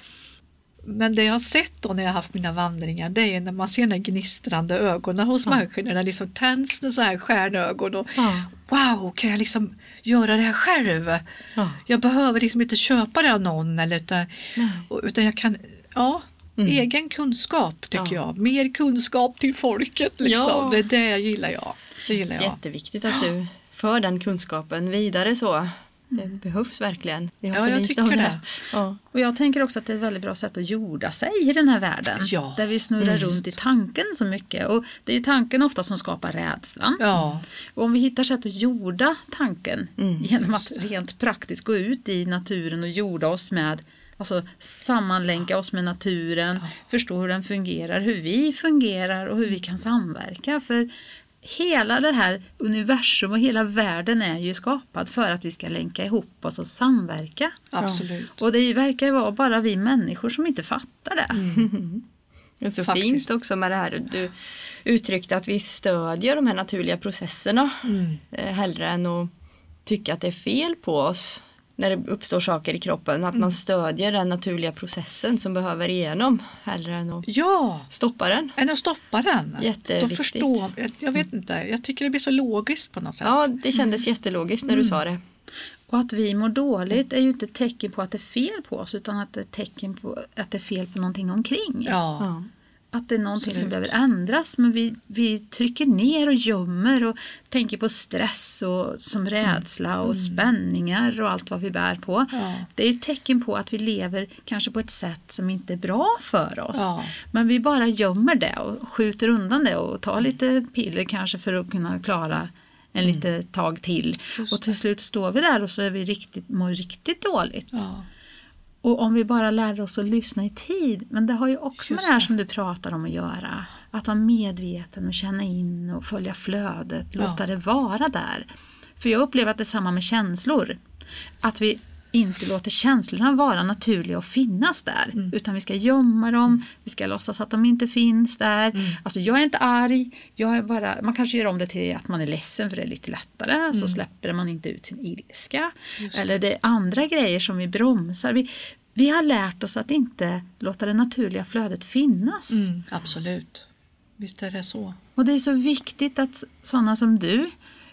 Men det jag har sett då när jag har haft mina vandringar, det är när man ser den gnistrande ögonen hos ja. människor, när det liksom tänds med så här stjärnögon och ja. wow, kan jag liksom göra det här själv? Ja. Jag behöver liksom inte köpa det av någon eller utan, utan jag kan, ja, mm. egen kunskap tycker ja. jag. Mer kunskap till folket liksom. Ja. Det är det jag gillar jag. Det gillar jag. Det är jätteviktigt att du för den kunskapen vidare så. Det mm. behövs verkligen. Vi har ja, för jag lite tycker av det. det. Ja. Och jag tänker också att det är ett väldigt bra sätt att jorda sig i den här världen. Ja. Där vi snurrar mm. runt i tanken så mycket. Och det är ju tanken ofta som skapar rädslan. Ja. Och om vi hittar sätt att jorda tanken mm. genom att rent praktiskt gå ut i naturen och jorda oss med, alltså sammanlänka oss med naturen, ja. förstå hur den fungerar, hur vi fungerar och hur vi kan samverka. För hela det här universum och hela världen är ju skapad för att vi ska länka ihop oss och samverka. Absolut. Och det verkar vara bara vi människor som inte fattar det. Mm. Det är så Faktiskt. fint också med det här. Du uttryckte att vi stödjer de här naturliga processerna mm. hellre än att tycka att det är fel på oss när det uppstår saker i kroppen. Att mm. man stödjer den naturliga processen som behöver igenom hellre än att ja. stoppa den. Än att stoppa den. Jätteviktigt. Då förstår, jag, jag vet inte, jag tycker det blir så logiskt på något sätt. Ja, det kändes mm. jättelogiskt när du mm. sa det. Och att vi mår dåligt är ju inte ett tecken på att det är fel på oss, utan att det är ett tecken på att det är fel på någonting omkring. Ja. ja. Att det är någonting Absolut. som behöver ändras, men vi, vi trycker ner och gömmer och tänker på stress och som rädsla och mm. spänningar och allt vad vi bär på. Ja. Det är ett tecken på att vi lever kanske på ett sätt som inte är bra för oss. Ja. Men vi bara gömmer det och skjuter undan det och tar lite piller kanske för att kunna klara en mm. lite tag till. Och till slut står vi där och så är vi riktigt, mår riktigt dåligt. Ja. Och om vi bara lär oss att lyssna i tid. Men det har ju också Just med det här det. som du pratar om att göra. Att vara medveten och känna in och följa flödet. Låta ja. det vara där. För jag upplever att det är samma med känslor. Att vi inte låter känslorna vara naturliga och finnas där. Mm. Utan vi ska gömma dem. Mm. Vi ska låtsas att de inte finns där. Mm. Alltså jag är inte arg. Jag är bara, man kanske gör om det till att man är ledsen för det är lite lättare. Mm. Så släpper man inte ut sin ilska. Eller det är andra grejer som vi bromsar. Vi, vi har lärt oss att inte låta det naturliga flödet finnas. Mm, absolut. Visst är det så. Och det är så viktigt att sådana som du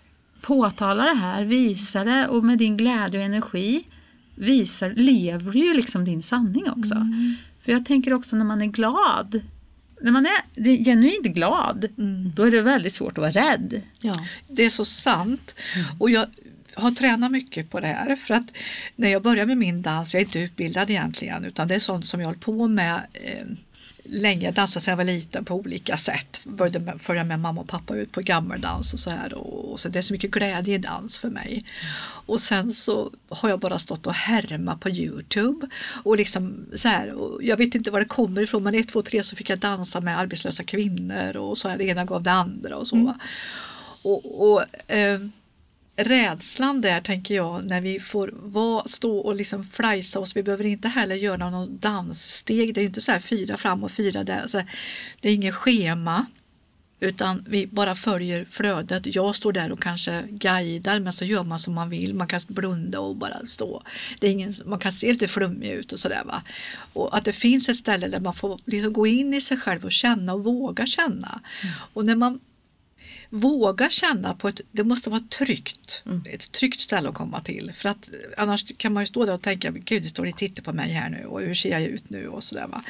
påtalar det här, visar det och med din glädje och energi visar, lever ju liksom din sanning också. Mm. För jag tänker också när man är glad, när man är genuint glad, mm. då är det väldigt svårt att vara rädd. Ja, det är så sant. Mm. Och jag har tränat mycket på det här. För att när jag började med min dans, jag är inte utbildad egentligen, utan det är sånt som jag håller på med eh, länge. Jag dansade sedan jag var liten på olika sätt. Började med, följa med mamma och pappa ut på gammaldans och så här. Och, och så det är så mycket glädje i dans för mig. Mm. Och sen så har jag bara stått och härmat på YouTube. Och liksom så här, och jag vet inte var det kommer ifrån, men ett, två, tre så fick jag dansa med arbetslösa kvinnor. Och så här, det ena gav det andra och så. Mm. Och, och eh, rädslan där tänker jag, när vi får vara, stå och liksom flajsa oss, vi behöver inte heller göra någon danssteg, det är ju inte så här fyra fram och fyra där, så här, det är inget schema utan vi bara följer flödet. Jag står där och kanske guidar, men så gör man som man vill, man kan blunda och bara stå, det är ingen, man kan se lite flummig ut och sådär va, och att det finns ett ställe där man får liksom gå in i sig själv och känna och våga känna. Mm. Och när man våga känna på ett, det måste vara tryggt, mm. ett tryggt ställe att komma till, för att annars kan man ju stå där och tänka, gud det står och tittar på mig här nu och hur ser jag ut nu och sådär va.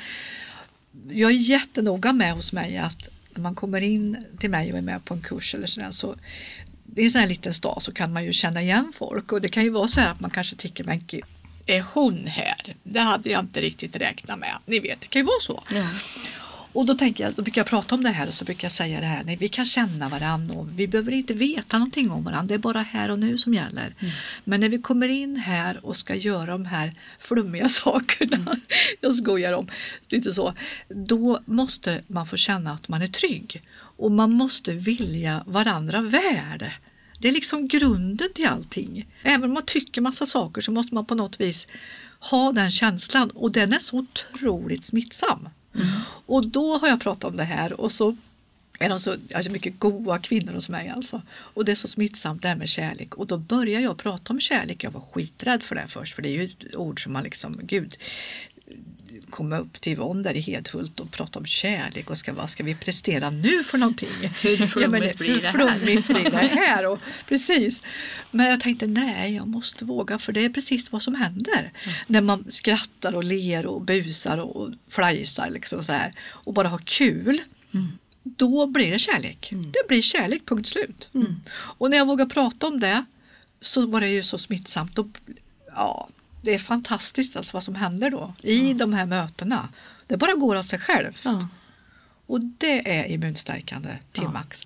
Jag är jättenoga med hos mig att när man kommer in till mig och är med på en kurs eller sådär, så det är en sån här liten stad så kan man ju känna igen folk, och det kan ju vara så här att man kanske tycker, men gud, är hon här? Det hade jag inte riktigt räknat med, ni vet, det kan ju vara så. Ja. Och då tänker jag, då brukar jag prata om det här och så brukar jag säga det här, nej, vi kan känna varandra och vi behöver inte veta någonting om varandra, det är bara här och nu som gäller. Mm. Men när vi kommer in här och ska göra de här flummiga sakerna, mm. jag skojar om, det är inte så, då måste man få känna att man är trygg och man måste vilja varandra väl. Det är liksom grunden till allting. Även om man tycker massa saker så måste man på något vis ha den känslan, och den är så otroligt smittsam. Mm. Och då har jag pratat om det här och så är de så alltså mycket goda kvinnor hos mig alltså. Och det är så smittsamt det här med kärlek. Och då börjar jag prata om kärlek. Jag var skiträdd för det först. För det är ju ett ord som man liksom, gud, komma upp till Yvonne där i Hedhult och prata om kärlek. Och ska, vad ska vi prestera nu för någonting? Hur flummigt ja, blir det här? Flummigt blir det här? Och, precis. Men jag tänkte, nej, jag måste våga. För det är precis vad som händer. Mm. När man skrattar och ler och busar och flajsar liksom så här. Och bara har kul. Mm. Då blir det kärlek. Mm. Det blir kärlek, punkt slut. Mm. Och när jag vågar prata om det så var det ju så smittsamt. Och, ja, det är fantastiskt alltså vad som händer då i ja. de här mötena. Det bara går av sig självt. Ja. Och det är immunstärkande till ja. max.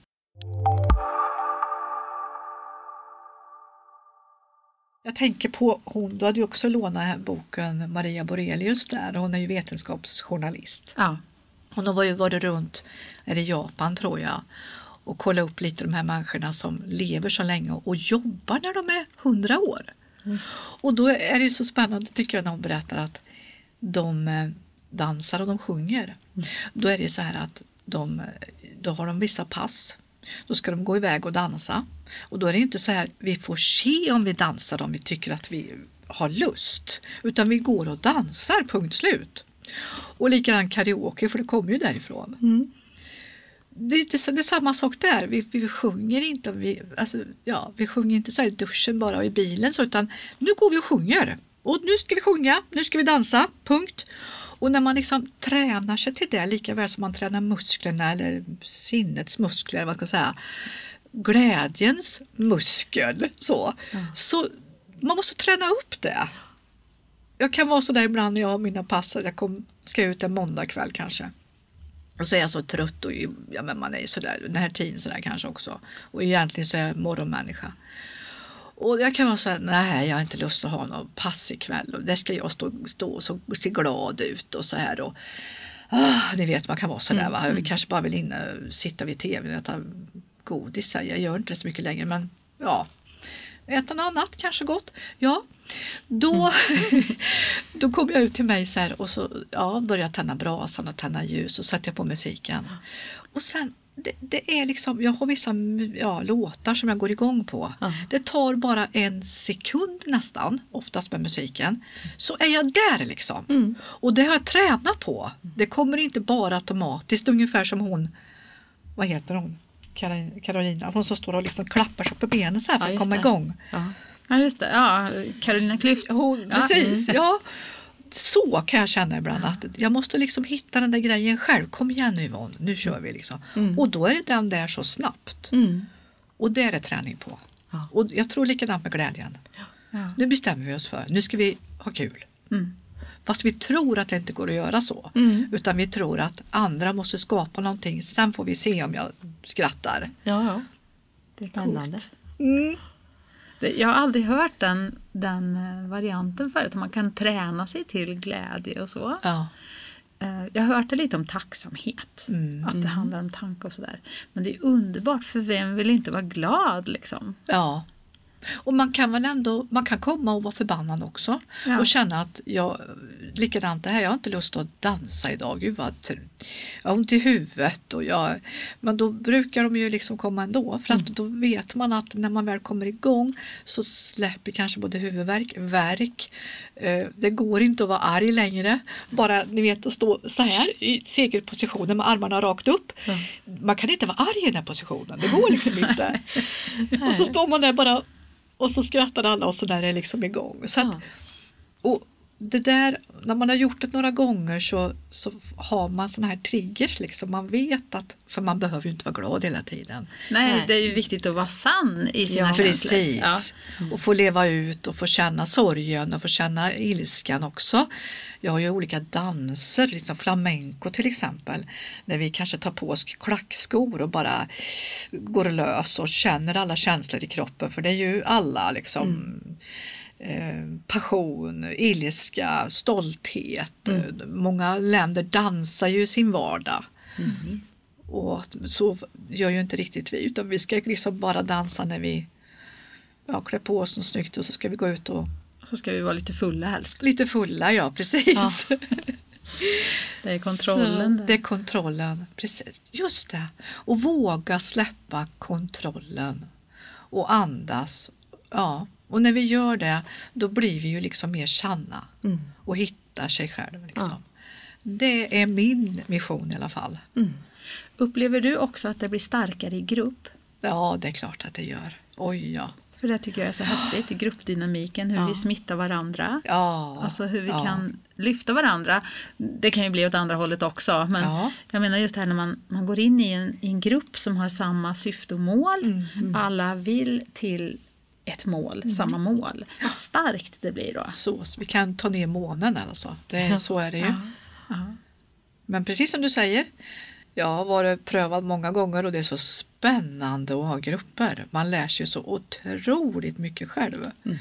Jag tänker på hon, du hade ju också lånat boken Maria Borelius där. Hon är ju vetenskapsjournalist. Ja. Hon har ju varit runt i Japan tror jag och kollat upp lite de här människorna som lever så länge och jobbar när de är hundra år. Mm. Och då är det ju så spännande tycker jag när hon berättar att de dansar och de sjunger. Mm. Då är det så här att de, då har de vissa pass. Då ska de gå iväg och dansa. Och då är det inte så här vi får se om vi dansar om vi tycker att vi har lust. Utan vi går och dansar, punkt slut. Och likadant karaoke, för det kommer ju därifrån. Mm. Det, är inte, det är samma sak där. Vi, vi sjunger inte vi, alltså, ja, vi sjunger inte så här i duschen bara och i bilen. Så, utan nu går vi och sjunger. Och nu ska vi sjunga, nu ska vi dansa, punkt. Och när man liksom tränar sig till det, lika väl som man tränar musklerna eller sinnets muskler, vad ska jag säga, glädjens muskel, så, mm. så man måste träna upp det. Jag kan vara så där ibland när jag har mina pass. Jag kom, ska ut en måndag kväll kanske. Och så är jag så trött och ja, men man är så där den här tiden så där kanske också. Och egentligen så är jag morgonmänniska. Och jag kan vara så här, nej jag har inte lust att ha någon pass ikväll. Och där ska jag stå, stå och så, se glad ut och så här. Och, ah, ni vet man kan vara så där va. Jag kanske bara vill inne sitta vid tvn och äta godis. Jag gör inte det så mycket längre men ja. Äta något annat, kanske gott. Ja, då, mm. då kom jag ut till mig så här och så ja, började jag tända brasan och tända ljus och sätter på musiken. Och sen, det, det är liksom, jag har vissa ja, låtar som jag går igång på. Mm. Det tar bara en sekund nästan, oftast med musiken. Så är jag där liksom. Mm. Och det har jag tränat på. Det kommer inte bara automatiskt, ungefär som hon, vad heter hon? Carolina, hon som står och liksom klappar sig på benen så här för ja, att komma det. igång. Ja. ja, just det. Ja, Carolina Klüft. Hon, ja. Precis, ja. Så kan jag känna ibland att jag måste liksom hitta den där grejen själv. Kom igen nu Yvonne, nu kör vi liksom. Mm. Och då är det den där så snabbt. Mm. Och det är det träning på. Ja. Och jag tror likadant med glädjen. Ja. Nu bestämmer vi oss för, nu ska vi ha kul. Mm. Fast vi tror att det inte går att göra så. Mm. Utan vi tror att andra måste skapa någonting. Sen får vi se om jag skrattar. Ja, ja. Det är spännande. Mm. Jag har aldrig hört den, den varianten förut. Man kan träna sig till glädje och så. Ja. Jag har hört det lite om tacksamhet. Mm. Att det handlar om tanke och sådär. Men det är underbart, för vem vill inte vara glad liksom? Ja. Och man kan väl ändå, man kan komma och vara förbannad också. Ja. Och känna att jag, likadant det här, jag har inte lust att dansa idag. Gud vad, jag har ont i huvudet. Och jag, men då brukar de ju liksom komma ändå. För att mm. då vet man att när man väl kommer igång så släpper kanske både huvudvärk, värk. Det går inte att vara arg längre. Bara, ni vet, att stå så här i segelpositionen med armarna rakt upp. Mm. Man kan inte vara arg i den här positionen. Det går liksom inte. Och så står man där bara och så skrattar alla och så där är liksom igång. Så att, och det där, när man har gjort det några gånger så, så har man såna här triggers liksom. Man vet att, för man behöver ju inte vara glad hela tiden. Nej, Nej. Det är ju viktigt att vara sann i sina ja, känslor. Precis. Ja. Mm. Och få leva ut och få känna sorgen och få känna ilskan också. Jag har ju olika danser, liksom flamenco till exempel. När vi kanske tar på oss klackskor och bara går lös och känner alla känslor i kroppen. För det är ju alla liksom... Mm. Eh, passion, ilska, stolthet. Mm. Många länder dansar ju sin vardag. Mm. Och så gör ju inte riktigt vi, utan vi ska liksom bara dansa när vi ja, klär på oss något snyggt och så ska vi gå ut och så ska vi vara lite fulla helst. Lite fulla, ja precis. Ja. Det är kontrollen. Så, det är kontrollen, precis. Just det. Och våga släppa kontrollen. Och andas. Ja. Och när vi gör det, då blir vi ju liksom mer sanna. Mm. Och hittar sig själv. Liksom. Ja. Det är min mission i alla fall. Mm. Upplever du också att det blir starkare i grupp? Ja, det är klart att det gör. Oj, ja. För det tycker jag är så häftigt, gruppdynamiken, hur ja. vi smittar varandra. Ja. Alltså hur vi ja. kan lyfta varandra. Det kan ju bli åt andra hållet också. Men ja. jag menar just här när man, man går in i en, i en grupp som har samma syfte och mål. Mm. Mm. Alla vill till ett mål, mm. samma mål. Vad starkt det blir då. Så, så vi kan ta ner månen alltså. Det är, så är det ju. Ja. Ja. Men precis som du säger. Jag har varit prövad många gånger och det är så spännande att ha grupper. Man lär sig så otroligt mycket själv. Mm.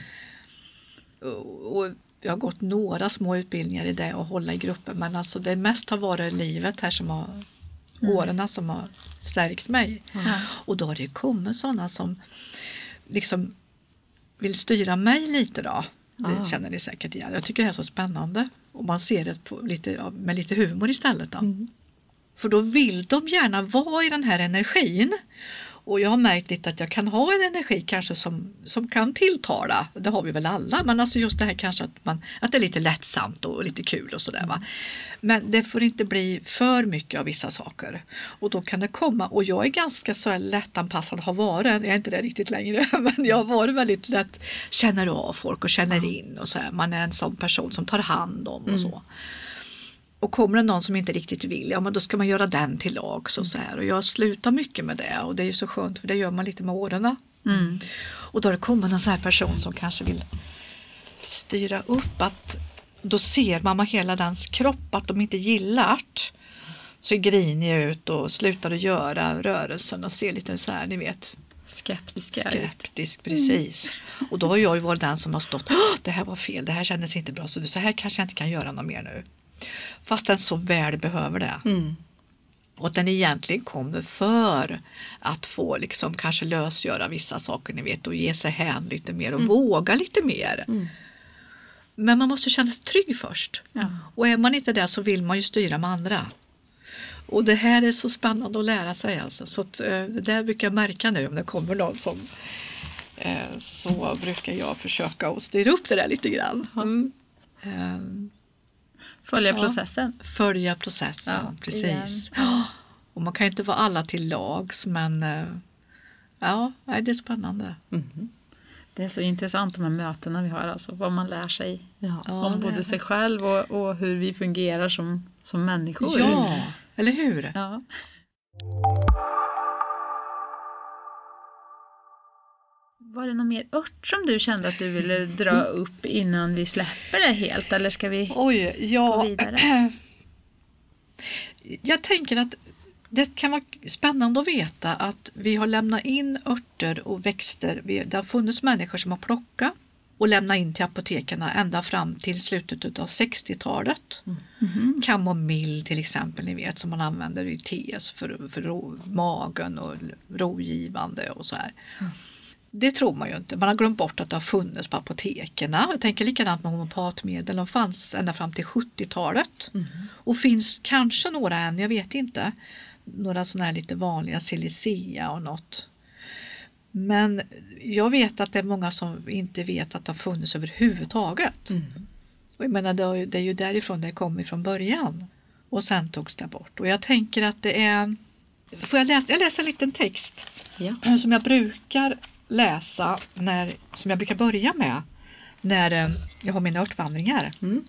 Och, och jag har gått några små utbildningar i det och hålla i grupper. Men alltså det mest har varit livet här som har, mm. åren som har stärkt mig. Mm. Och då har det kommit sådana som liksom vill styra mig lite då. Det ah. känner ni säkert igen. Jag tycker det är så spännande. Och man ser det på lite, med lite humor istället då. Mm. För då vill de gärna vara i den här energin. Och jag har märkt lite att jag kan ha en energi kanske som, som kan tilltala. Det har vi väl alla. Men alltså just det här kanske att, man, att det är lite lättsamt och lite kul och sådär va. Men det får inte bli för mycket av vissa saker. Och då kan det komma. Och jag är ganska så lättanpassad har varit. Jag är inte det riktigt längre. Men jag har varit väldigt lätt. Känner av folk och känner in. Och så här. Man är en sån person som tar hand om och så. Mm. Och kommer det någon som inte riktigt vill, ja men då ska man göra den till lag så, så här. Och jag slutar mycket med det och det är ju så skönt för det gör man lite med åren. Mm. Och då har det kommit någon sån här person som kanske vill styra upp att då ser man med hela dens kropp att de inte gillar det. Så grinig ut och slutar att göra rörelsen och ser lite så här, ni vet. Skeptisk. Skeptisk, precis. Mm. Och då har jag ju varit den som har stått, det här var fel, det här kändes inte bra så, så här kanske jag inte kan göra något mer nu. Fast den så väl behöver det. Mm. Och att den egentligen kommer för att få liksom kanske lösgöra vissa saker ni vet och ge sig hän lite mer och mm. våga lite mer. Mm. Men man måste känna sig trygg först. Ja. Och är man inte där så vill man ju styra med andra. Och det här är så spännande att lära sig alltså. Så att, det där brukar jag märka nu om det kommer någon som eh, så brukar jag försöka att styra upp det där lite grann. Mm. Eh, Följa processen. Ja, följa processen, ja, precis. Ja. Och man kan ju inte vara alla till lags, men ja, det är spännande. Mm. Det är så intressant de här mötena vi har, alltså vad man lär sig ja, om både sig själv och, och hur vi fungerar som, som människor. Ja, eller hur? Ja. Var det någon mer ört som du kände att du ville dra upp innan vi släpper det helt? Eller ska vi Oj, ja, gå vidare? Jag tänker att det kan vara spännande att veta att vi har lämnat in örter och växter. Det har funnits människor som har plockat och lämnat in till apotekerna ända fram till slutet av sextiotalet. Mm. Mm-hmm. Kamomill till exempel, ni vet, som man använder i te för, för ro, magen och rogivande och så här. Mm. Det tror man ju inte. Man har glömt bort att det har funnits på apotekerna. Jag tänker likadant med homopatmedel. De fanns ända fram till sjuttiotalet. Mm. Och finns kanske några än, jag vet inte. Några sådana här lite vanliga silicea och något. Men jag vet att det är många som inte vet att det har funnits överhuvudtaget. Mm. Och jag menar, det är ju därifrån det kom ifrån början. Och sen togs det bort. Och jag tänker att det är... Får jag läsa, jag läser en liten text. Ja. Som jag brukar läsa, när, som jag brukar börja med när jag har mina örtvandringar. Mm.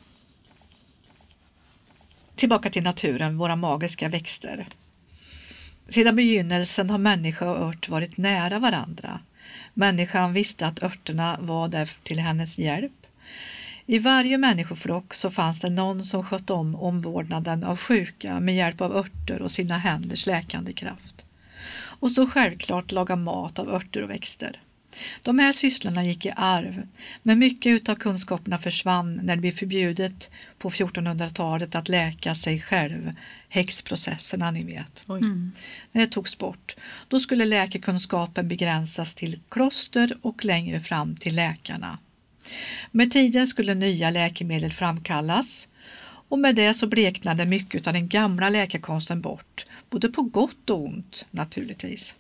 Tillbaka till naturen, våra magiska växter. Sedan begynnelsen har människa och ört varit nära varandra. Människan visste att örterna var där till hennes hjälp. I varje människoflock så fanns det någon som sköt om omvårdnaden av sjuka med hjälp av örter och sina händers läkande kraft. Och så självklart laga mat av örter och växter. De här sysslorna gick i arv, men mycket av kunskaperna försvann när det blev förbjudet på fjortonhundratalet att läka sig själv, häxprocesserna ni vet. Mm. När det togs bort, då skulle läkekunskapen begränsas till kloster och längre fram till läkarna. Med tiden skulle nya läkemedel framkallas Och med det så bleknade mycket av den gamla läkekonsten bort, både på gott och ont naturligtvis.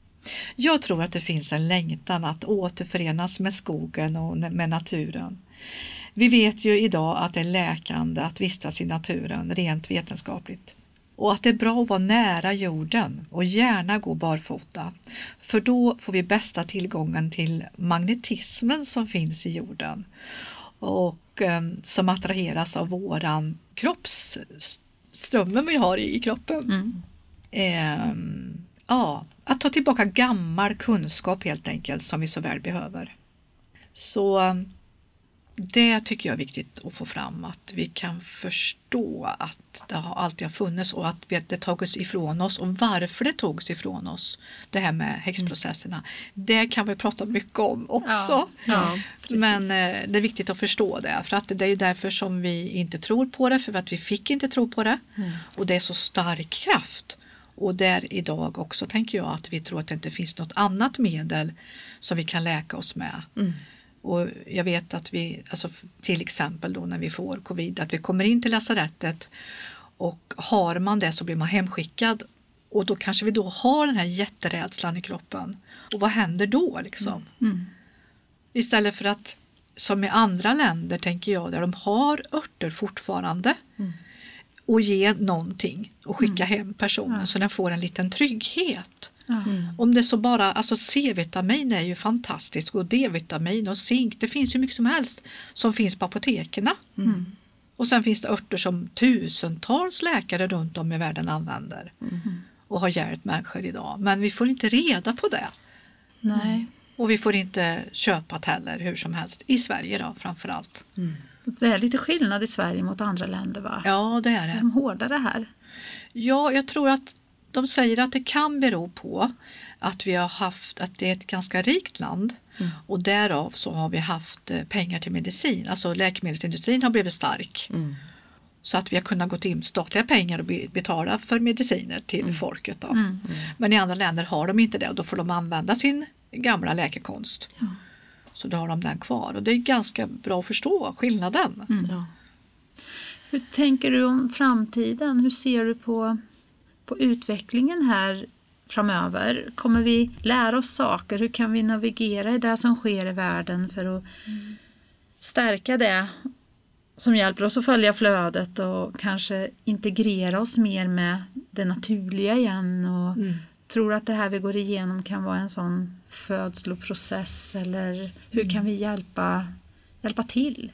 Jag tror att det finns en längtan att återförenas med skogen och med naturen. Vi vet ju idag att det är läkande att vistas i naturen rent vetenskapligt. Och att det är bra att vara nära jorden och gärna gå barfota. För då får vi bästa tillgången till magnetismen som finns i jorden. Och eh, som attraheras av våran kroppsströmmen vi har i, i kroppen. Mm. Eh, ja, att ta tillbaka gammal kunskap helt enkelt som vi så väl behöver. Så det tycker jag är viktigt att få fram, att vi kan förstå att det har alltid har funnits och att det tagits ifrån oss och varför det togs ifrån oss, det här med häxprocesserna. Mm. Det kan vi prata mycket om också. Ja, ja, men eh, det är viktigt att förstå det, för att det är därför som vi inte tror på det, för att vi fick inte tro på det. Mm. Och det är så stark kraft. Och där idag också tänker jag att vi tror att det inte finns något annat medel som vi kan läka oss med. Mm. Och jag vet att vi, alltså till exempel då när vi får covid, att vi kommer in till lasarettet och har man det så blir man hemskickad och då kanske vi då har den här jätterädslan i kroppen. Och vad händer då liksom? Mm. Mm. Istället för att, som i andra länder tänker jag, där de har örter fortfarande mm. och ge någonting och skicka mm. hem personen ja. Så den får en liten trygghet. Mm. Om det så bara, alltså C-vitamin är ju fantastiskt och D-vitamin och zink, det finns ju mycket som helst som finns på apotekerna. Mm. Och sen finns det örter som tusentals läkare runt om i världen använder mm. och har hjälpt människor idag. Men vi får inte reda på det. Nej. Och vi får inte köpa det heller hur som helst. I Sverige då framförallt. Mm. Det är lite skillnad i Sverige mot andra länder, va? Ja, det är det. Är de hårdare här? Ja, jag tror att de säger att det kan bero på att vi har haft, att det är ett ganska rikt land mm. och därav så har vi haft pengar till medicin. Alltså läkemedelsindustrin har blivit stark. Mm. Så att vi har kunnat gå in statliga pengar och betala för mediciner till mm. folket. Då. Mm. Mm. Men i andra länder har de inte det och då får de använda sin gamla läkekonst. Mm. Så då har de den kvar och det är ganska bra att förstå skillnaden. Mm. Ja. Hur tänker du om framtiden? Hur ser du på på utvecklingen här framöver? Kommer vi lära oss saker? Hur kan vi navigera i det som sker i världen för att mm. stärka det som hjälper oss att följa flödet och kanske integrera oss mer med det naturliga igen och mm. tror att det här vi går igenom kan vara en sån födsloprocess eller hur mm. kan vi hjälpa, hjälpa till?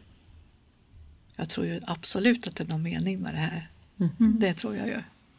Jag tror ju absolut att det är någon mening med det här. Mm. Det tror jag ju.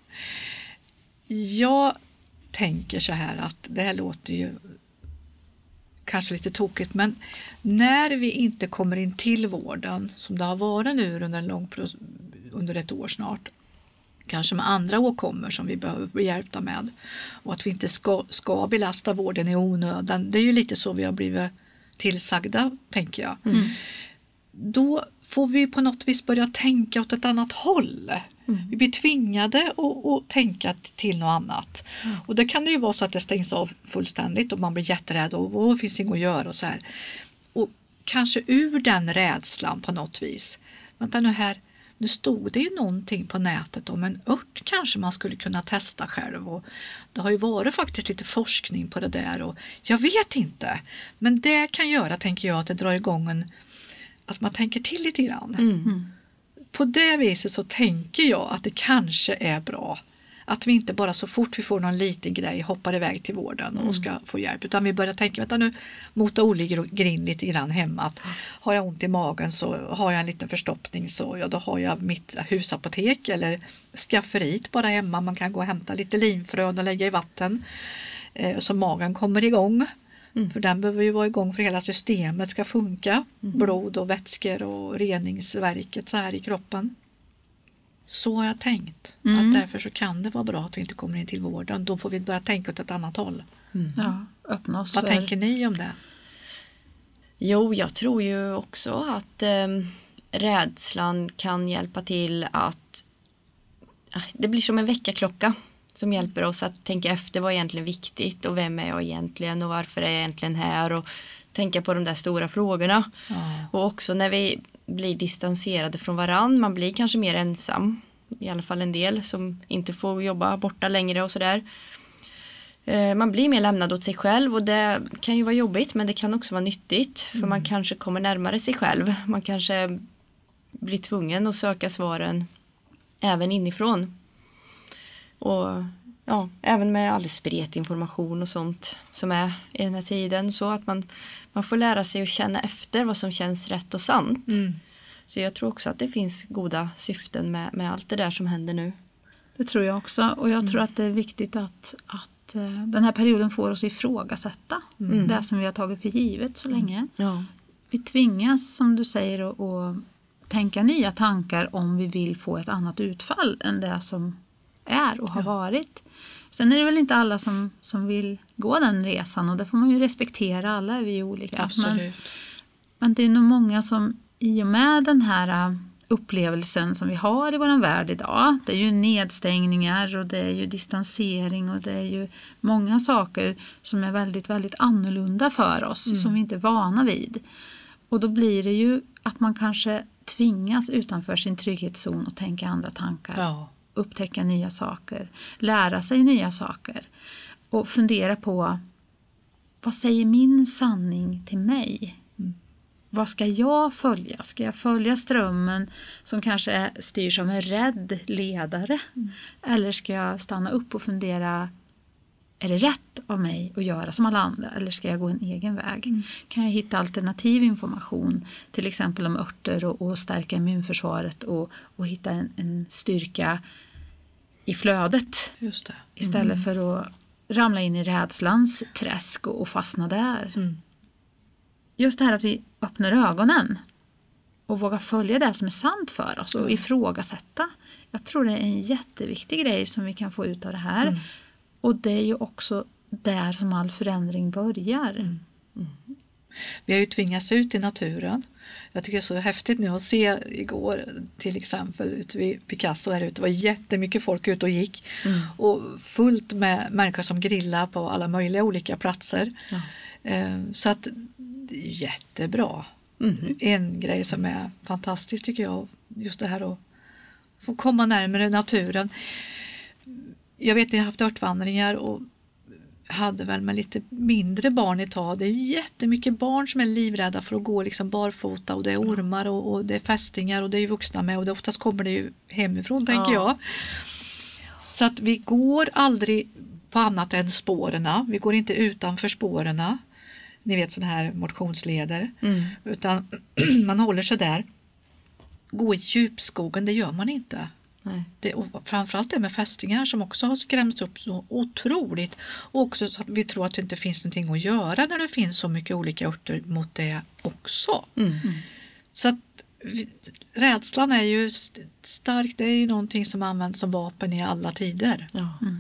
Jag tänker så här att det här låter ju kanske lite tokigt, men när vi inte kommer in till vården som det har varit nu under en lång under ett år snart, kanske med andra åkommor som vi behöver bli hjälpta med och att vi inte ska, ska belasta vården i onödan, det är ju lite så vi har blivit tillsagda, tänker jag. Mm. Då får vi på något vis börja tänka åt ett annat håll. Mm. Vi blir tvingade att, att tänka till något annat. Mm. Och det kan det ju vara så att det stängs av fullständigt och man blir jätterädd och det finns inget att göra och så här. Och kanske ur den rädslan på något vis. Vänta nu här, nu stod det ju någonting på nätet om en ört kanske man skulle kunna testa själv. Och det har ju varit faktiskt lite forskning på det där och jag vet inte. Men det kan göra, tänker jag, att det drar igång en, att man tänker till lite grann. Mm. På det viset så tänker jag att det kanske är bra att vi inte bara så fort vi får någon liten grej hoppar iväg till vården och ska få hjälp, utan vi börjar tänka, vänta nu, mota Olle grind lite grann hemma, att har jag ont i magen så har jag en liten förstoppning så ja, då har jag mitt husapotek eller skafferit bara hemma, man kan gå och hämta lite linfrön och lägga i vatten eh, så magen kommer igång. Mm. För den behöver ju vara igång för hela systemet ska funka. Mm. Blod och vätskor och reningsverket så här i kroppen. Så har jag tänkt. Mm. Att därför så kan det vara bra att vi inte kommer in till vården. Då får vi börja tänka åt ett annat håll. Mm. Ja, öppna oss. Vad för... tänker ni om det? Jo, jag tror ju också att eh, rädslan kan hjälpa till att det blir som en väckarklocka. Som hjälper oss att tänka efter vad är egentligen viktigt och vem är jag egentligen och varför är jag egentligen här och tänka på de där stora frågorna. Ja. Och också när vi blir distanserade från varann, man blir kanske mer ensam. I alla fall en del som inte får jobba borta längre och sådär. Man blir mer lämnad åt sig själv och det kan ju vara jobbigt men det kan också vara nyttigt. För mm. man kanske kommer närmare sig själv. Man kanske blir tvungen att söka svaren även inifrån. Och ja, även med all spret information och sånt som är i den här tiden. Så att man, man får lära sig att känna efter vad som känns rätt och sant. Mm. Så jag tror också att det finns goda syften med, med allt det där som händer nu. Det tror jag också. Och jag mm. tror att det är viktigt att, att den här perioden får oss ifrågasätta mm. det som vi har tagit för givet så länge. Mm. Ja. Vi tvingas, som du säger, att, att tänka nya tankar om vi vill få ett annat utfall än det som är och har ja. varit. Sen är det väl inte alla som, som vill gå den resan och det får man ju respektera, alla är vi olika. Absolut. Men, men det är nog många som i och med den här upplevelsen som vi har i vår värld idag, det är ju nedstängningar och det är ju distansering och det är ju många saker som är väldigt, väldigt annorlunda för oss mm. som vi inte är vana vid. Och då blir det ju att man kanske tvingas utanför sin trygghetszon och tänka andra tankar. Ja. Upptäcka nya saker, lära sig nya saker och fundera på vad säger min sanning till mig? Mm. Vad ska jag följa? Ska jag följa strömmen som kanske är, styrs av en rädd ledare? Mm. Eller ska jag stanna upp och fundera, är det rätt av mig att göra som alla andra? Eller ska jag gå en egen väg? Mm. Kan jag hitta alternativ information? Till exempel om örter och, och stärka immunförsvaret och, och hitta en, en styrka i flödet. Just det. Mm. Istället för att ramla in i rädslans träsk och, och fastna där. Mm. Just det här att vi öppnar ögonen och vågar följa det som är sant för oss och mm. ifrågasätta. Jag tror det är en jätteviktig grej som vi kan få ut av det här. Mm. Och det är ju också där som all förändring börjar. Mm. Mm. Vi har ju tvingats ut i naturen. Jag tycker det är så häftigt nu att se igår till exempel ute vid Picasso här ute. Det var jättemycket folk ute och gick. Mm. Och fullt med människor som grillar på alla möjliga olika platser. Ja. Så att det är jättebra. Mm. En grej som är fantastisk tycker jag. Just det här att få komma närmare naturen. Jag vet att jag har haft örtvandringar och hade väl med lite mindre barn ett tag. Det är ju jättemycket barn som är livrädda för att gå liksom barfota och det är ormar och, och det är fästingar och det är ju vuxna med och det oftast kommer det ju hemifrån ja. tänker jag. Så att vi går aldrig på annat än spårerna. Vi går inte utanför spårerna. Ni vet sådana här motionsleder. Mm. Utan man håller sig där. Gå i djupskogen, det gör man inte. Nej. Det, och framförallt det med fästingar som också har skrämts upp så otroligt. Och också så att vi tror att det inte finns någonting att göra när det finns så mycket olika örter mot det också. Mm. Mm. Så att vi, rädslan är ju st- stark. Det är ju någonting som används som vapen i alla tider. Ja. Mm.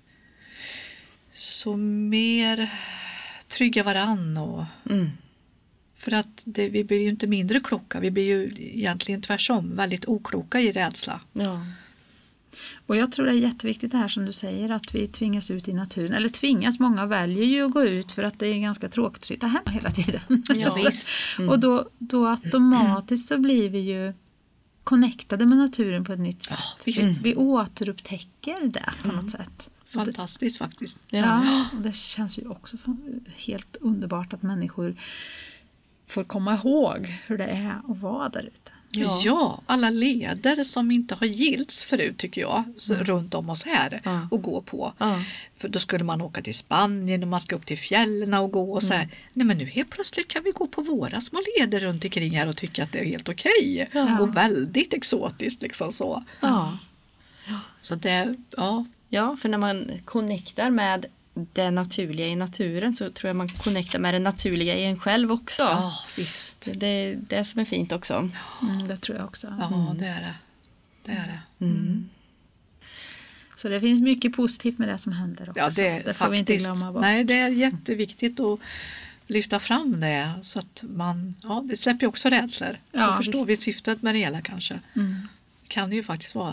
Så mer trygga varann och... Mm. För att det, vi blir ju inte mindre kloka. Vi blir ju egentligen tvärsom väldigt okloka i rädsla. Ja. Och jag tror det är jätteviktigt det här som du säger. Att vi tvingas ut i naturen. Eller tvingas, många väljer ju att gå ut. För att det är ganska tråkigt att sitta hemma hela tiden. Ja, visst. Mm. Och då, då automatiskt så blir vi ju connectade med naturen på ett nytt sätt. Ja, visst. Mm. Vi återupptäcker det på mm. något sätt. Fantastiskt faktiskt. Ja, ja, och det känns ju också helt underbart att människor får komma ihåg hur det är att vara där ute. Ja, ja alla leder som inte har gilts förut tycker jag, så, mm. runt om oss här mm. och gå på. Mm. För då skulle man åka till Spanien och man ska upp till fjällen och gå och så här. Mm. Nej men nu helt plötsligt kan vi gå på våra små leder runt omkring här och tycka att det är helt okej. Mm. Och väldigt exotiskt liksom så. Ja. Så det, ja. Ja, för när man connectar med det naturliga i naturen så tror jag man connectar med det naturliga i en själv också. Ja, visst. Det är det som är fint också. Mm, det tror jag också. Ja, mm. det är det. Det är det. Mm. Så det finns mycket positivt med det som händer också. Ja, det, det får faktiskt, vi inte glömma bort. Nej, det är jätteviktigt att lyfta fram det så att man, ja, det släpper ju också rädslor. Ja, då förstår visst. vi syftet med det hela kanske. Mm. Det kan ju faktiskt vara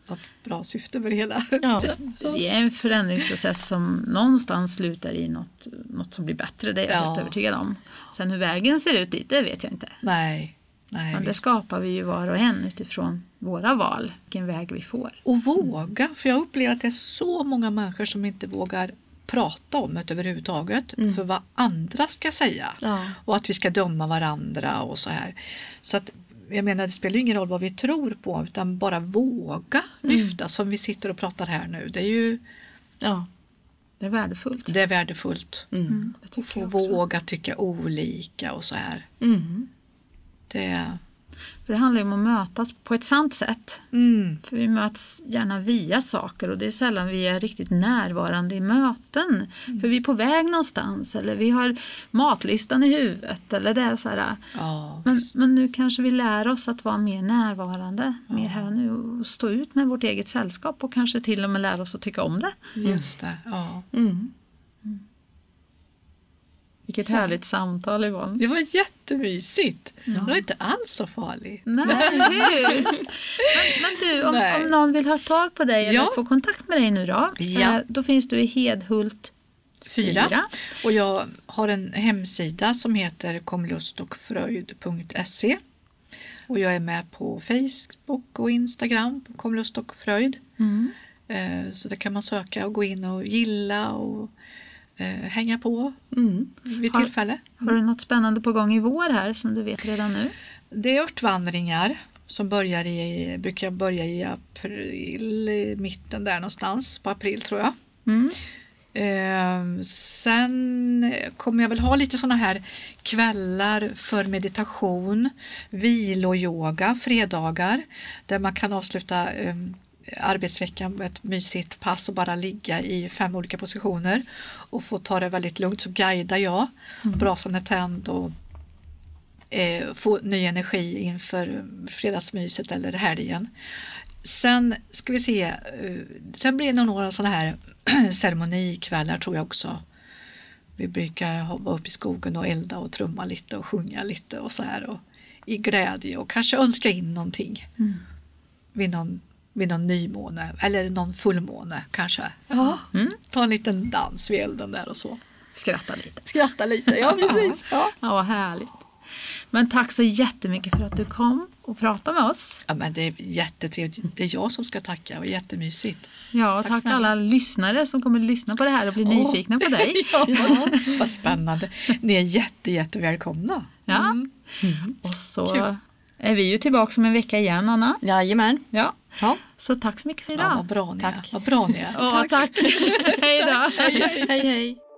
något bra syfte med det hela. Ja. Det är en förändringsprocess som någonstans slutar i något, något som blir bättre. Det är jag ja. helt övertygad om. Sen hur vägen ser ut dit, det vet jag inte. Nej. Nej, men det skapar vi ju var och en utifrån våra val, vilken väg vi får. Och våga, för jag upplever att det är så många människor som inte vågar prata om det överhuvudtaget mm. för vad andra ska säga. Ja. Och att vi ska döma varandra och så här. Så att jag menar, det spelar ingen roll vad vi tror på, utan bara våga mm. lyfta som vi sitter och pratar här nu. Det är ju... Ja. Det är värdefullt. Det är värdefullt. Mm. Mm, det få våga tycka olika och så här. Mm. Det... För det handlar ju om att mötas på ett sant sätt. Mm. För vi möts gärna via saker och det är sällan vi är riktigt närvarande i möten. Mm. För vi är på väg någonstans eller vi har matlistan i huvudet. Eller det är så här. Ja, men, men nu kanske vi lär oss att vara mer närvarande. Ja. Mer här nu och stå ut med vårt eget sällskap och kanske till och med lära oss att tycka om det. Just det, ja. Mm. Mm. Vilket härligt samtal, Yvonne. Det var jättemysigt. Ja. Det var inte alls så farligt. Nej, hur? Men, men du, om, om någon vill ha tag på dig ja. eller få kontakt med dig nu då. Ja. Då finns du i Hedhult fyra. Och jag har en hemsida som heter komlustochfröjd punkt se. Och jag är med på Facebook och Instagram på Komlust och Fröjd. Mm. Så det kan man söka och gå in och gilla och hänga på mm. vid tillfälle. Har, har du något spännande på gång i vår här som du vet redan nu? Det är örtvandringar som börjar i, brukar börja i april, i mitten där någonstans, på april tror jag. Mm. Eh, sen kommer jag väl ha lite såna här kvällar för meditation, viloyoga, fredagar, där man kan avsluta eh, arbetsveckan med ett mysigt pass och bara ligga i fem olika positioner och få ta det väldigt lugnt, så guidar jag mm. brasan är tänd och eh, få ny energi inför fredagsmyset eller helgen. Sen ska vi se, eh, sen blir det några sådana här ceremonikvällar tror jag också. Vi brukar vara uppe i skogen och elda och trumma lite och sjunga lite och så här och i glädje och kanske önska in någonting mm. vid någon vid någon nymåne eller någon fullmåne kanske. Ja. Mm. Ta en liten dans vid elden där och så. Skratta lite. Skratta lite, ja precis. Ja, ja vad härligt. Men tack så jättemycket för att du kom och pratade med oss. Ja, men det är jättetrevligt. Det är jag som ska tacka och jättemysigt. Ja, och tack, tack alla lyssnare som kommer att lyssna på det här och bli oh. nyfikna på dig. ja, vad spännande. Ni är jätte, jätte välkomna. Ja, mm. Mm. Och så Kul. Är vi ju tillbaka om en vecka igen, Anna. Jajamän. Ja. Ja. Så tack så mycket för idag. Ja, vad bra ni är. Vad bra ni är. Åh, tack. tack. Hej då. Hej, hej. hej, hej.